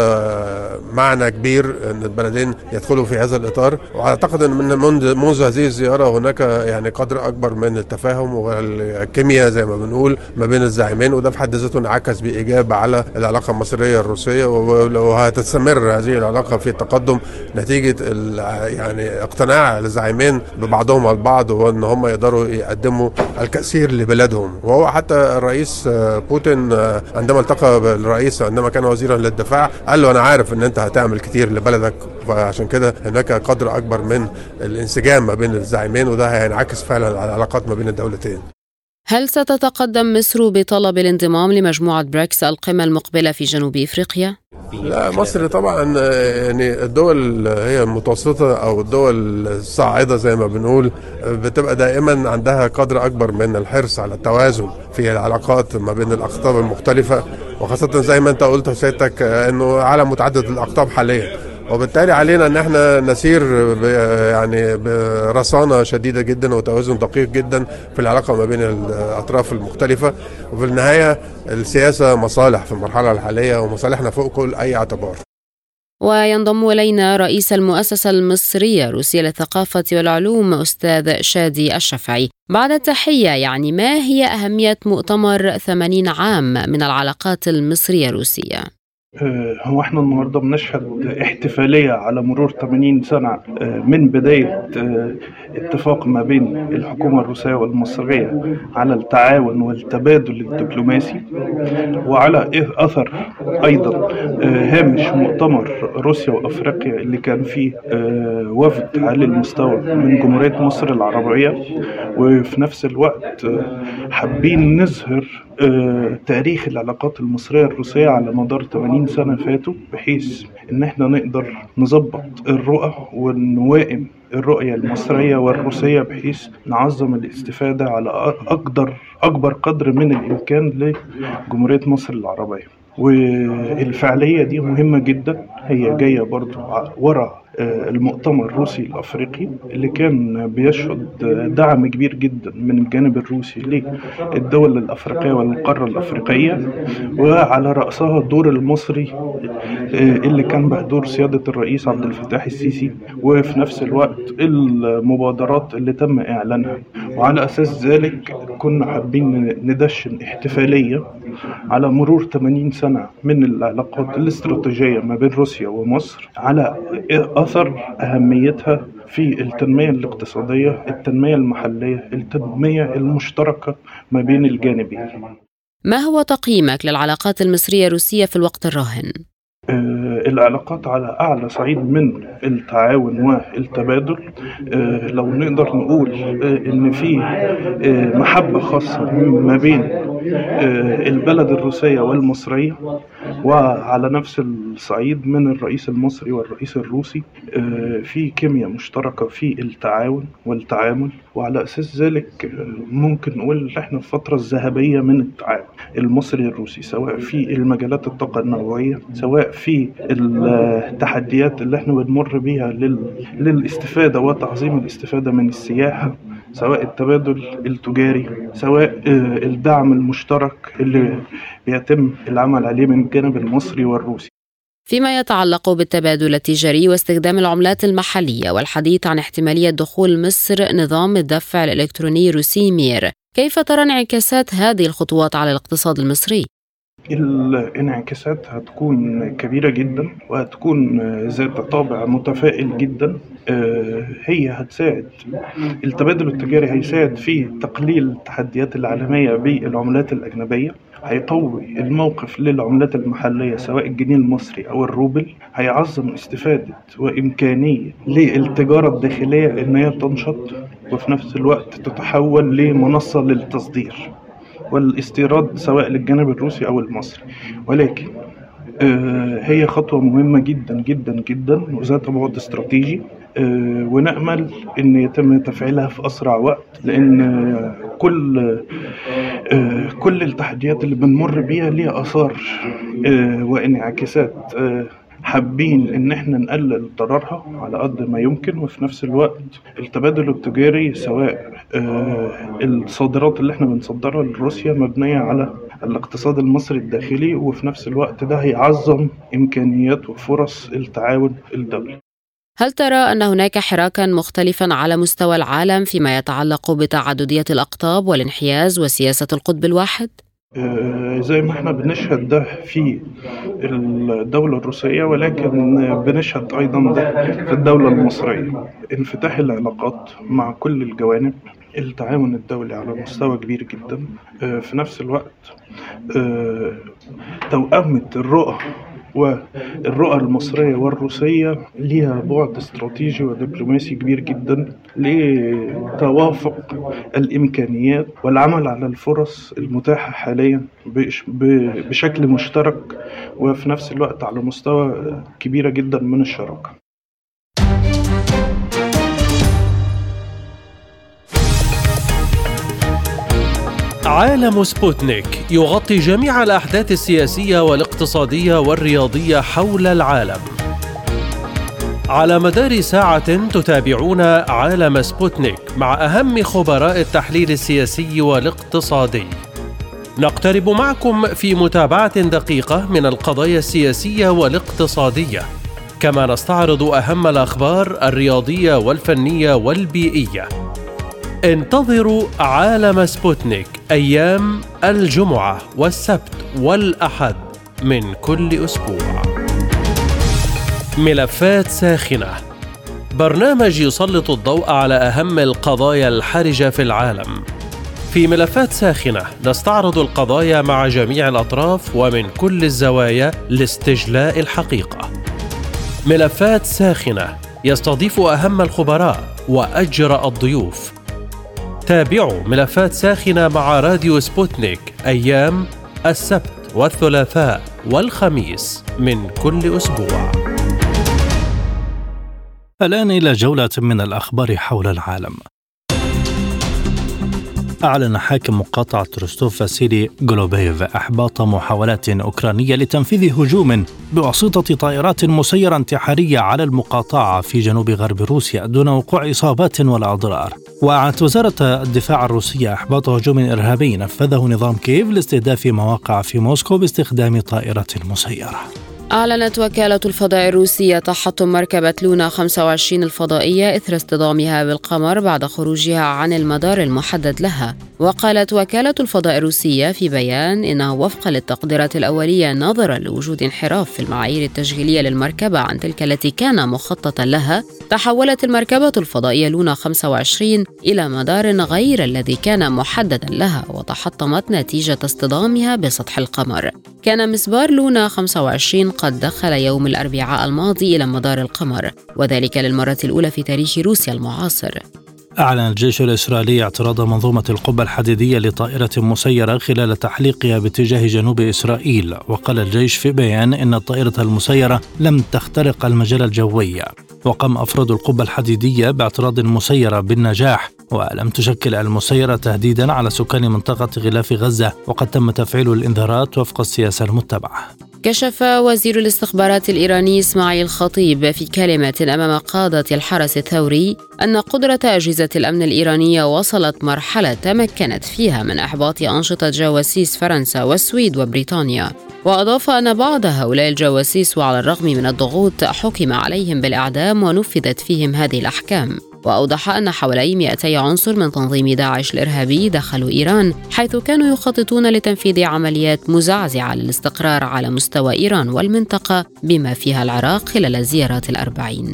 وده معنى كبير أن البلدين يدخلوا في هذا الإطار. وأعتقد أن منذ هذه الزيارة هناك يعني قدر أكبر من التفاهم والكيمياء زي ما بنقول ما بين الزعيمين، وده في حد ذاته انعكس بإيجاب على العلاقة المصرية الروسية، وهتستمر هذه العلاقة في التقدم نتيجة يعني اقتناع الزعيمين ببعضهم البعض، وان هم يقدروا يقدموا الكثير لبلادهم. وهو حتى الرئيس بوتين عندما التقى بالرئيس عندما كان وزيرا للدفاع قال له انا عارف ان انت هتعمل كتير لبلدك، فعشان كده هناك قدر اكبر من الانسجام ما بين الزعيمين، وده هينعكس فعلا على العلاقات ما بين الدولتين. هل ستتقدم مصر بطلب الانضمام لمجموعة بريكس القمة المقبلة في جنوب إفريقيا؟ لا، مصر طبعا يعني الدول هي المتوسطة أو الدول الصاعدة زي ما بنقول بتبقى دائما عندها قدر أكبر من الحرص على التوازن في العلاقات ما بين الأقطاب المختلفة، وخاصة زي ما أنت قلت سيادتك أنه عالم متعدد الأقطاب حاليا، وبالتالي علينا ان احنا نسير يعني برصانه شديده جدا وتوازن دقيق جدا في العلاقه ما بين الاطراف المختلفه. وفي النهايه السياسه مصالح في المرحله الحاليه، ومصالحنا فوق كل اي اعتبار. وينضم إلينا رئيس المؤسسة المصرية روسية للثقافة والعلوم أستاذ شادي الشافعي. بعد التحية، يعني ما هي أهمية مؤتمر 80 عام من العلاقات المصرية روسية؟ هو احنا النهاردة بنشهد احتفالية على مرور 80 سنة من بداية اتفاق ما بين الحكومة الروسية والمصرية على التعاون والتبادل الدبلوماسي، وعلى أثر أيضا هامش مؤتمر روسيا وأفريقيا اللي كان فيه وفد عالي المستوى من جمهورية مصر العربية. وفي نفس الوقت حابين نظهر تاريخ العلاقات المصرية الروسية على مدار 80 سنة فاتوا، بحيث ان احنا نقدر نظبط الرؤى ونوائم الرؤية المصرية والروسية، بحيث نعظم الاستفادة على أكبر قدر من الإمكان لجمهورية مصر العربية. والفعالية دي مهمة جدا، هي جاية برضو وراء المؤتمر الروسي الأفريقي اللي كان بيشهد دعم كبير جدا من الجانب الروسي للدول الأفريقية والقارة الأفريقية، وعلى رأسها الدور المصري اللي كان بحضور سيادة الرئيس عبد الفتاح السيسي، وفي نفس الوقت المبادرات اللي تم إعلانها. وعلى أساس ذلك كنا حابين ندشن احتفالية على مرور 80 سنة من العلاقات الاستراتيجية ما بين روسيا ومصر، على أثر أهميتها في التنمية الاقتصادية، التنمية المحلية، التنمية المشتركة ما بين الجانبين. ما هو تقييمك للعلاقات المصرية الروسية في الوقت الراهن؟ العلاقات على أعلى صعيد من التعاون والتبادل. لو نقدر نقول إن في محبة خاصة ما بين البلد الروسية والمصرية، وعلى نفس الصعيد من الرئيس المصري والرئيس الروسي في كيمياء مشتركة في التعاون والتعامل. وعلى أساس ذلك ممكن نقول إحنا في الفترة الذهبية من التعاون المصري الروسي، سواء في المجالات الطاقة النووية، سواء في التحديات اللي إحنا بنمر بيها للاستفادة وتعظيم الاستفادة من السياحة، سواء التبادل التجاري، سواء الدعم المشترك اللي بيتم العمل عليه من الجانب المصري والروسي. فيما يتعلق بالتبادل التجاري واستخدام العملات المحلية والحديث عن احتمالية دخول مصر نظام الدفع الإلكتروني روسي مير، كيف ترى انعكاسات هذه الخطوات على الاقتصاد المصري؟ الانعكاسات هتكون كبيرة جدا وهتكون ذات طابع متفائل جدا. هي هتساعد التبادل التجاري، هيساعد في تقليل التحديات العالمية بالعملات الأجنبية، هيقوي الموقف للعملات المحلية سواء الجنيه المصري أو الروبل، هيعظم استفادة وإمكانية للتجارة الداخلية إن هي تنشط وفي نفس الوقت تتحول لمنصة للتصدير والاستيراد سواء للجانب الروسي أو المصري. ولكن هي خطوة مهمة جدا جدا جدا وذات بعد استراتيجي، ونأمل أن يتم تفعيلها في أسرع وقت، لأن كل التحديات اللي بنمر بيها ليها آثار وانعكاسات حابين ان احنا نقلل ضررها على قد ما يمكن. وفي نفس الوقت التبادل التجاري سواء الصادرات اللي احنا بنصدرها لروسيا مبنية على الاقتصاد المصري الداخلي، وفي نفس الوقت ده هيعظم امكانيات وفرص التعاون الدولي. هل ترى أن هناك حراكا مختلفا على مستوى العالم فيما يتعلق بتعددية الأقطاب والانحياز وسياسة القطب الواحد؟ زي ما احنا بنشهد ده في الدولة الروسية، ولكن بنشهد أيضا ده في الدولة المصرية. انفتاح العلاقات مع كل الجوانب، التعاون الدولي على مستوى كبير جدا. في نفس الوقت توأمة والرؤى المصرية والروسية ليها بعد استراتيجي ودبلوماسي كبير جدا لتوافق الإمكانيات والعمل على الفرص المتاحة حاليا بشكل مشترك، وفي نفس الوقت على مستوى كبيرة جدا من الشراكة. عالم سبوتنيك يغطي جميع الأحداث السياسية والاقتصادية والرياضية حول العالم. على مدار ساعة تتابعون عالم سبوتنيك مع أهم خبراء التحليل السياسي والاقتصادي. نقترب معكم في متابعة دقيقة من القضايا السياسية والاقتصادية، كما نستعرض أهم الأخبار الرياضية والفنية والبيئية. انتظروا عالم سبوتنيك أيام الجمعة والسبت والأحد من كل أسبوع. ملفات ساخنة، برنامج يسلط الضوء على أهم القضايا الحرجة في العالم. في ملفات ساخنة نستعرض القضايا مع جميع الأطراف ومن كل الزوايا لاستجلاء الحقيقة. ملفات ساخنة يستضيف أهم الخبراء وأجرأ الضيوف. تابعوا ملفات ساخنة مع راديو سبوتنيك أيام السبت والثلاثاء والخميس من كل أسبوع. الآن إلى جولة من الأخبار حول العالم. أعلن حاكم مقاطعة روستوف فاسيلي غولوبيف إحباط محاولات أوكرانية لتنفيذ هجوم بواسطة طائرات مسيرة انتحارية على المقاطعة في جنوب غرب روسيا دون وقوع إصابات ولا أضرار. وأعلنت وزارة الدفاع الروسية إحباط هجوم إرهابي نفذه نظام كييف لاستهداف مواقع في موسكو باستخدام طائرة مسيرة. أعلنت وكالة الفضاء الروسية تحطم مركبة لونا 25 الفضائية إثر اصطدامها بالقمر بعد خروجها عن المدار المحدد لها. وقالت وكالة الفضاء الروسية في بيان إنه وفقا للتقديرات الأولية نظرا لوجود انحراف في المعايير التشغيلية للمركبة عن تلك التي كان مخططا لها، تحولت المركبة الفضائية لونا 25 إلى مدار غير الذي كان محددا لها، وتحطمت نتيجة اصطدامها بسطح القمر. كان مسبار لونا 25 قد دخل يوم الأربعاء الماضي إلى مدار القمر، وذلك للمرة الأولى في تاريخ روسيا المعاصر. أعلن الجيش الإسرائيلي اعتراض منظومة القبة الحديدية لطائرة مسيرة خلال تحليقها باتجاه جنوب إسرائيل. وقال الجيش في بيان إن الطائرة المسيرة لم تخترق المجال الجوي. وقام أفراد القبة الحديدية باعتراض المسيرة بالنجاح، ولم تشكل المسيرة تهديدا على سكان منطقة غلاف غزة، وقد تم تفعيل الإنذارات وفق السياسة المتبعة. كشف وزير الاستخبارات الإيراني إسماعيل خطيب في كلمة أمام قادة الحرس الثوري أن قدرة أجهزة الأمن الإيرانية وصلت مرحلة تمكنت فيها من إحباط أنشطة جواسيس فرنسا والسويد وبريطانيا. وأضاف أن بعض هؤلاء الجواسيس وعلى الرغم من الضغوط حكم عليهم بالإعدام ونفذت فيهم هذه الأحكام. وأوضح أن حوالي 200 عنصر من تنظيم داعش الإرهابي دخلوا إيران، حيث كانوا يخططون لتنفيذ عمليات مزعزعة للاستقرار على مستوى إيران والمنطقة بما فيها العراق خلال الزيارات ال40.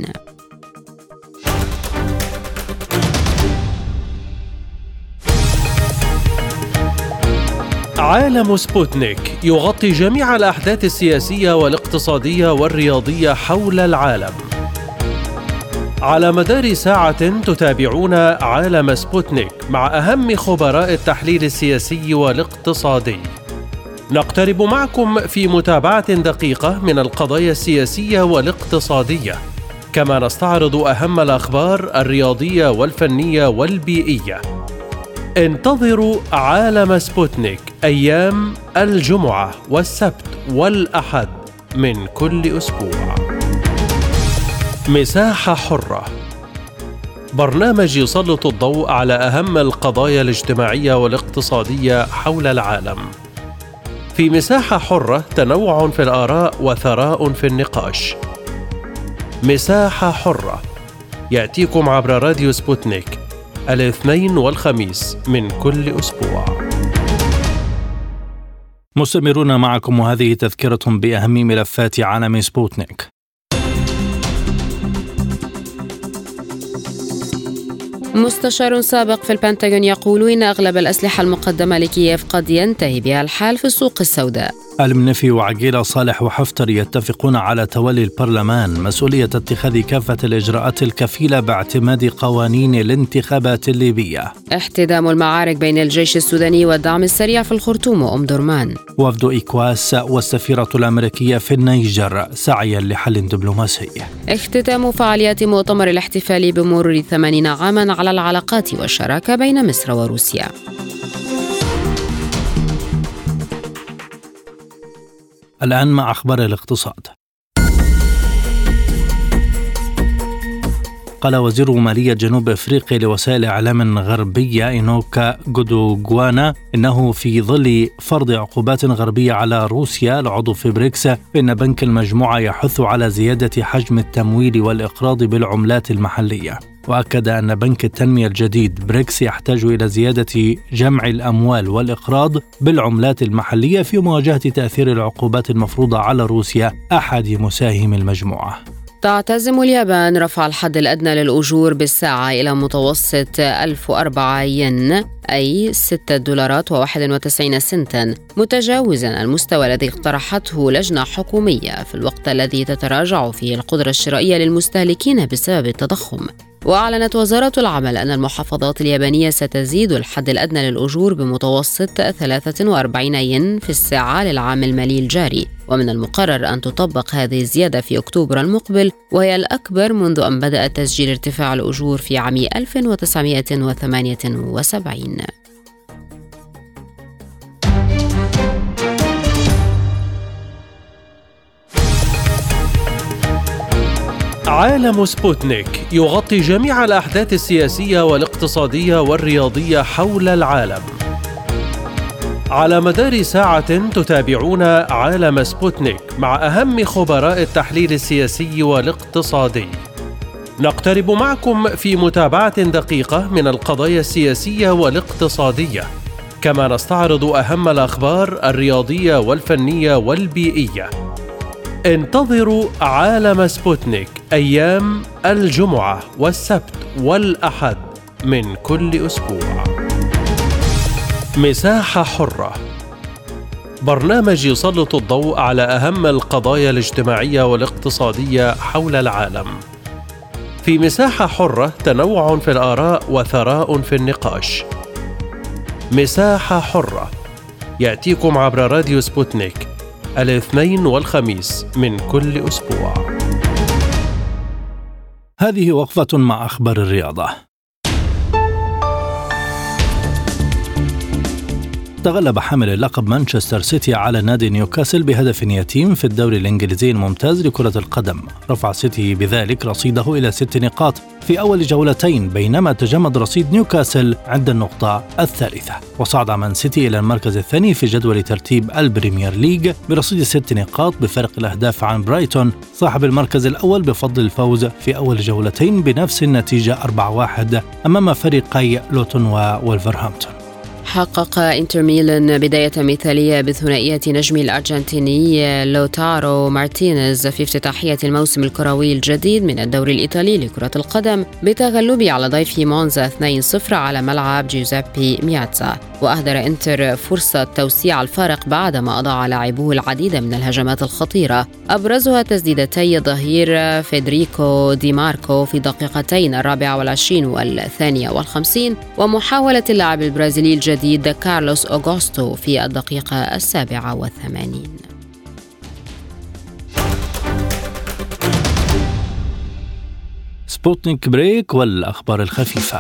عالم سبوتنيك يغطي جميع الأحداث السياسية والاقتصادية والرياضية حول العالم. على مدار ساعة تتابعون عالم سبوتنيك مع أهم خبراء التحليل السياسي والاقتصادي. نقترب معكم في متابعة دقيقة من القضايا السياسية والاقتصادية، كما نستعرض أهم الأخبار الرياضية والفنية والبيئية. انتظروا عالم سبوتنيك أيام الجمعة والسبت والأحد من كل أسبوع. مساحة حرة، برنامج يسلط الضوء على أهم القضايا الاجتماعية والاقتصادية حول العالم. في مساحة حرة تنوع في الآراء وثراء في النقاش. مساحة حرة يأتيكم عبر راديو سبوتنيك الاثنين والخميس من كل أسبوع. مستمرون معكم، وهذه تذكرة بأهم ملفات عالم سبوتنيك. مستشار سابق في البنتاغون يقول إن أغلب الأسلحة المقدمة لكييف قد ينتهي بها الحال في السوق السوداء. المنفي وعقيلة صالح وحفتر يتفقون على تولي البرلمان مسؤولية اتخاذ كافة الإجراءات الكفيلة باعتماد قوانين الانتخابات الليبية. احتدام المعارك بين الجيش السوداني والدعم السريع في الخرطوم وأم درمان. وفد إيكواس والسفيرة الأمريكية في النيجر سعيا لحل دبلوماسي. اختتام فعاليات مؤتمر الاحتفال بمرور 80 عاما على العلاقات والشراكة بين مصر وروسيا. الآن مع أخبار الاقتصاد. قال وزير مالية جنوب أفريقيا لوسائل إعلام غربية إنوكا غودوغوانا إنه في ظل فرض عقوبات غربية على روسيا العضو في بريكس، فإن بنك المجموعة يحث على زيادة حجم التمويل والإقراض بالعملات المحلية. وأكد أن بنك التنمية الجديد بريكس يحتاج إلى زيادة جمع الأموال والإقراض بالعملات المحلية في مواجهة تأثير العقوبات المفروضة على روسيا أحد مساهم المجموعة. تعتزم اليابان رفع الحد الأدنى للأجور بالساعة إلى متوسط 1004 ين، أي $6.91، متجاوزا المستوى الذي اقترحته لجنة حكومية في الوقت الذي تتراجع فيه القدرة الشرائية للمستهلكين بسبب التضخم. وأعلنت وزارة العمل أن المحافظات اليابانية ستزيد الحد الأدنى للأجور بمتوسط 43 ين في الساعة للعام المالي الجاري، ومن المقرر أن تطبق هذه الزيادة في أكتوبر المقبل، وهي الأكبر منذ أن بدأ تسجيل ارتفاع الأجور في عام 1978. عالم سبوتنيك يغطي جميع الأحداث السياسية والاقتصادية والرياضية حول العالم. على مدار ساعة تتابعون عالم سبوتنيك مع أهم خبراء التحليل السياسي والاقتصادي. نقترب معكم في متابعة دقيقة من القضايا السياسية والاقتصادية، كما نستعرض أهم الأخبار الرياضية والفنية والبيئية. انتظروا عالم سبوتنيك أيام الجمعة والسبت والأحد من كل أسبوع. مساحة حرة، برنامج يسلط الضوء على أهم القضايا الاجتماعية والاقتصادية حول العالم. في مساحة حرة تنوع في الآراء وثراء في النقاش. مساحة حرة يأتيكم عبر راديو سبوتنيك الاثنين والخميس من كل أسبوع. هذه وقفة مع أخبار الرياضة. تغلب حامل اللقب مانشستر سيتي على نادي نيوكاسل بهدف يتيم في الدوري الإنجليزي الممتاز لكرة القدم. رفع سيتي بذلك رصيده إلى 6 نقاط في أول جولتين، بينما تجمد رصيد نيوكاسل عند النقطة الثالثة. وصعد مان سيتي إلى المركز الثاني في جدول ترتيب البريمير ليج برصيد 6 نقاط بفرق الأهداف عن برايتون صاحب المركز الأول بفضل الفوز في أول جولتين بنفس النتيجة 4-1 أمام فريقي لوتون وولفرهامبتون. حقق إنتر ميلان بداية مثالية بثنائية نجم الأرجنتيني لوتارو مارتينيز في افتتاحية الموسم الكروي الجديد من الدوري الإيطالي لكرة القدم بتغلبه على ضيف مونزا 2-0 على ملعب جيوزيبي مياتزا. وأهدر إنتر فرصة توسيع الفارق بعدما أضاع لاعبوه العديد من الهجمات الخطيرة، أبرزها تسديدتي الظهير فيدريكو دي ماركو في دقيقتين 24 و52 ومحاولة اللاعب البرازيلي الجديد كارلوس أوغوستو في الدقيقة 87. سبوتنيك بريك والأخبار الخفيفة.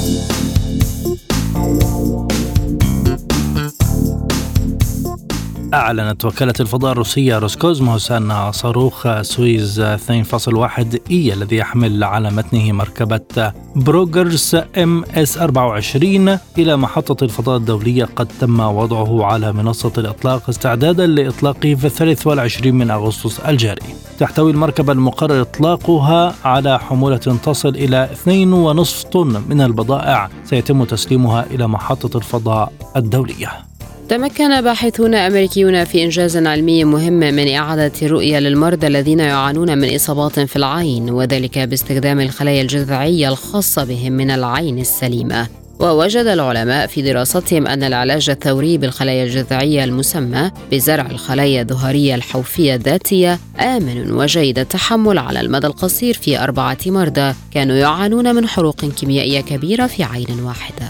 أعلنت وكالة الفضاء الروسية روسكوزموس أن صاروخ سويز 2.1 إي الذي يحمل على متنه مركبة بروغرس MS-24 إلى محطة الفضاء الدولية قد تم وضعه على منصة الإطلاق استعدادا لإطلاقه في 23 من أغسطس الجاري. تحتوي المركبة المقرر إطلاقها على حمولة تصل إلى 2.5 طن من البضائع سيتم تسليمها إلى محطة الفضاء الدولية. تمكن باحثون أمريكيون في إنجاز علمي مهم من إعادة الرؤية للمرضى الذين يعانون من إصابات في العين، وذلك باستخدام الخلايا الجذعية الخاصة بهم من العين السليمة. ووجد العلماء في دراستهم أن العلاج الثوري بالخلايا الجذعية المسمى بزرع الخلايا الدهرية الحوفية الذاتية آمن وجيد التحمل على المدى القصير في 4 مرضى كانوا يعانون من حروق كيميائية كبيرة في عين واحدة.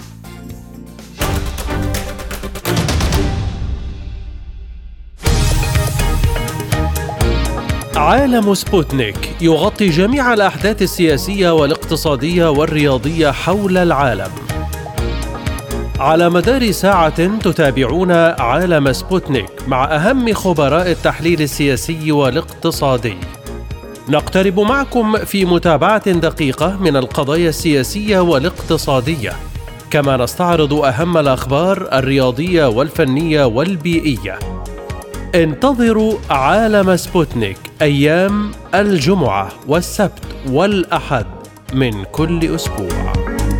عالم سبوتنيك يغطي جميع الأحداث السياسية والاقتصادية والرياضية حول العالم. على مدار ساعة تتابعون عالم سبوتنيك مع أهم خبراء التحليل السياسي والاقتصادي. نقترب معكم في متابعة دقيقة من القضايا السياسية والاقتصادية، كما نستعرض أهم الأخبار الرياضية والفنية والبيئية. انتظروا عالم سبوتنيك أيام الجمعة والسبت والأحد من كل أسبوع.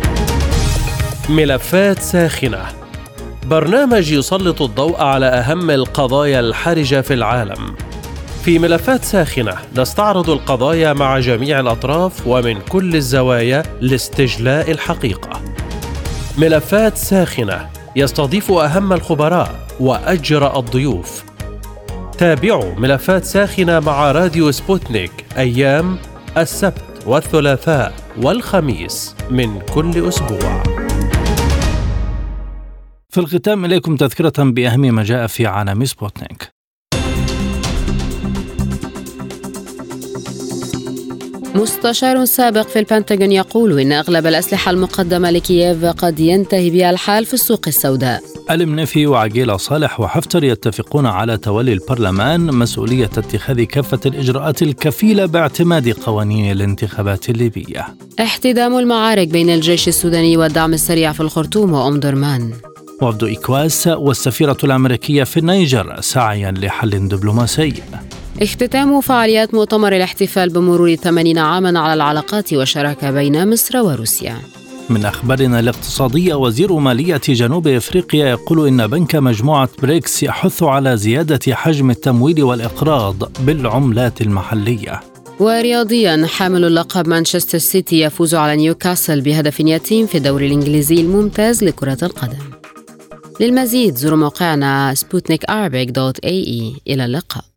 ملفات ساخنة، برنامج يسلط الضوء على أهم القضايا الحرجة في العالم. في ملفات ساخنة نستعرض القضايا مع جميع الأطراف ومن كل الزوايا لاستجلاء الحقيقة. ملفات ساخنة يستضيف أهم الخبراء وأجرأ الضيوف. تابعوا ملفات ساخنة مع راديو سبوتنيك أيام السبت والثلاثاء والخميس من كل أسبوع. في الختام إليكم تذكرة بأهم ما جاء في عالم سبوتنيك. مستشار سابق في البنتاغون يقول إن أغلب الأسلحة المقدمة لكييف قد ينتهي بها الحال في السوق السوداء. المنفي وعقيلة صالح وحفتر يتفقون على تولي البرلمان مسؤولية اتخاذ كافة الإجراءات الكفيلة باعتماد قوانين الانتخابات الليبية. احتدام المعارك بين الجيش السوداني والدعم السريع في الخرطوم وأم درمان. وفد إكواس والسفيرة الأمريكية في النيجر سعيا لحل دبلوماسي. اختتام فعاليات مؤتمر الاحتفال بمرور 80 عاما على العلاقات والشراكة بين مصر وروسيا. من أخبارنا الاقتصادية، وزير مالية جنوب أفريقيا يقول إن بنك مجموعة بريكس يحث على زيادة حجم التمويل والإقراض بالعملات المحلية. ورياضيا، حامل اللقب مانشستر سيتي يفوز على نيوكاسل بهدف يتيم في الدوري الإنجليزي الممتاز لكرة القدم. للمزيد زوروا موقعنا sputnikarabic.ae. إلى اللقاء.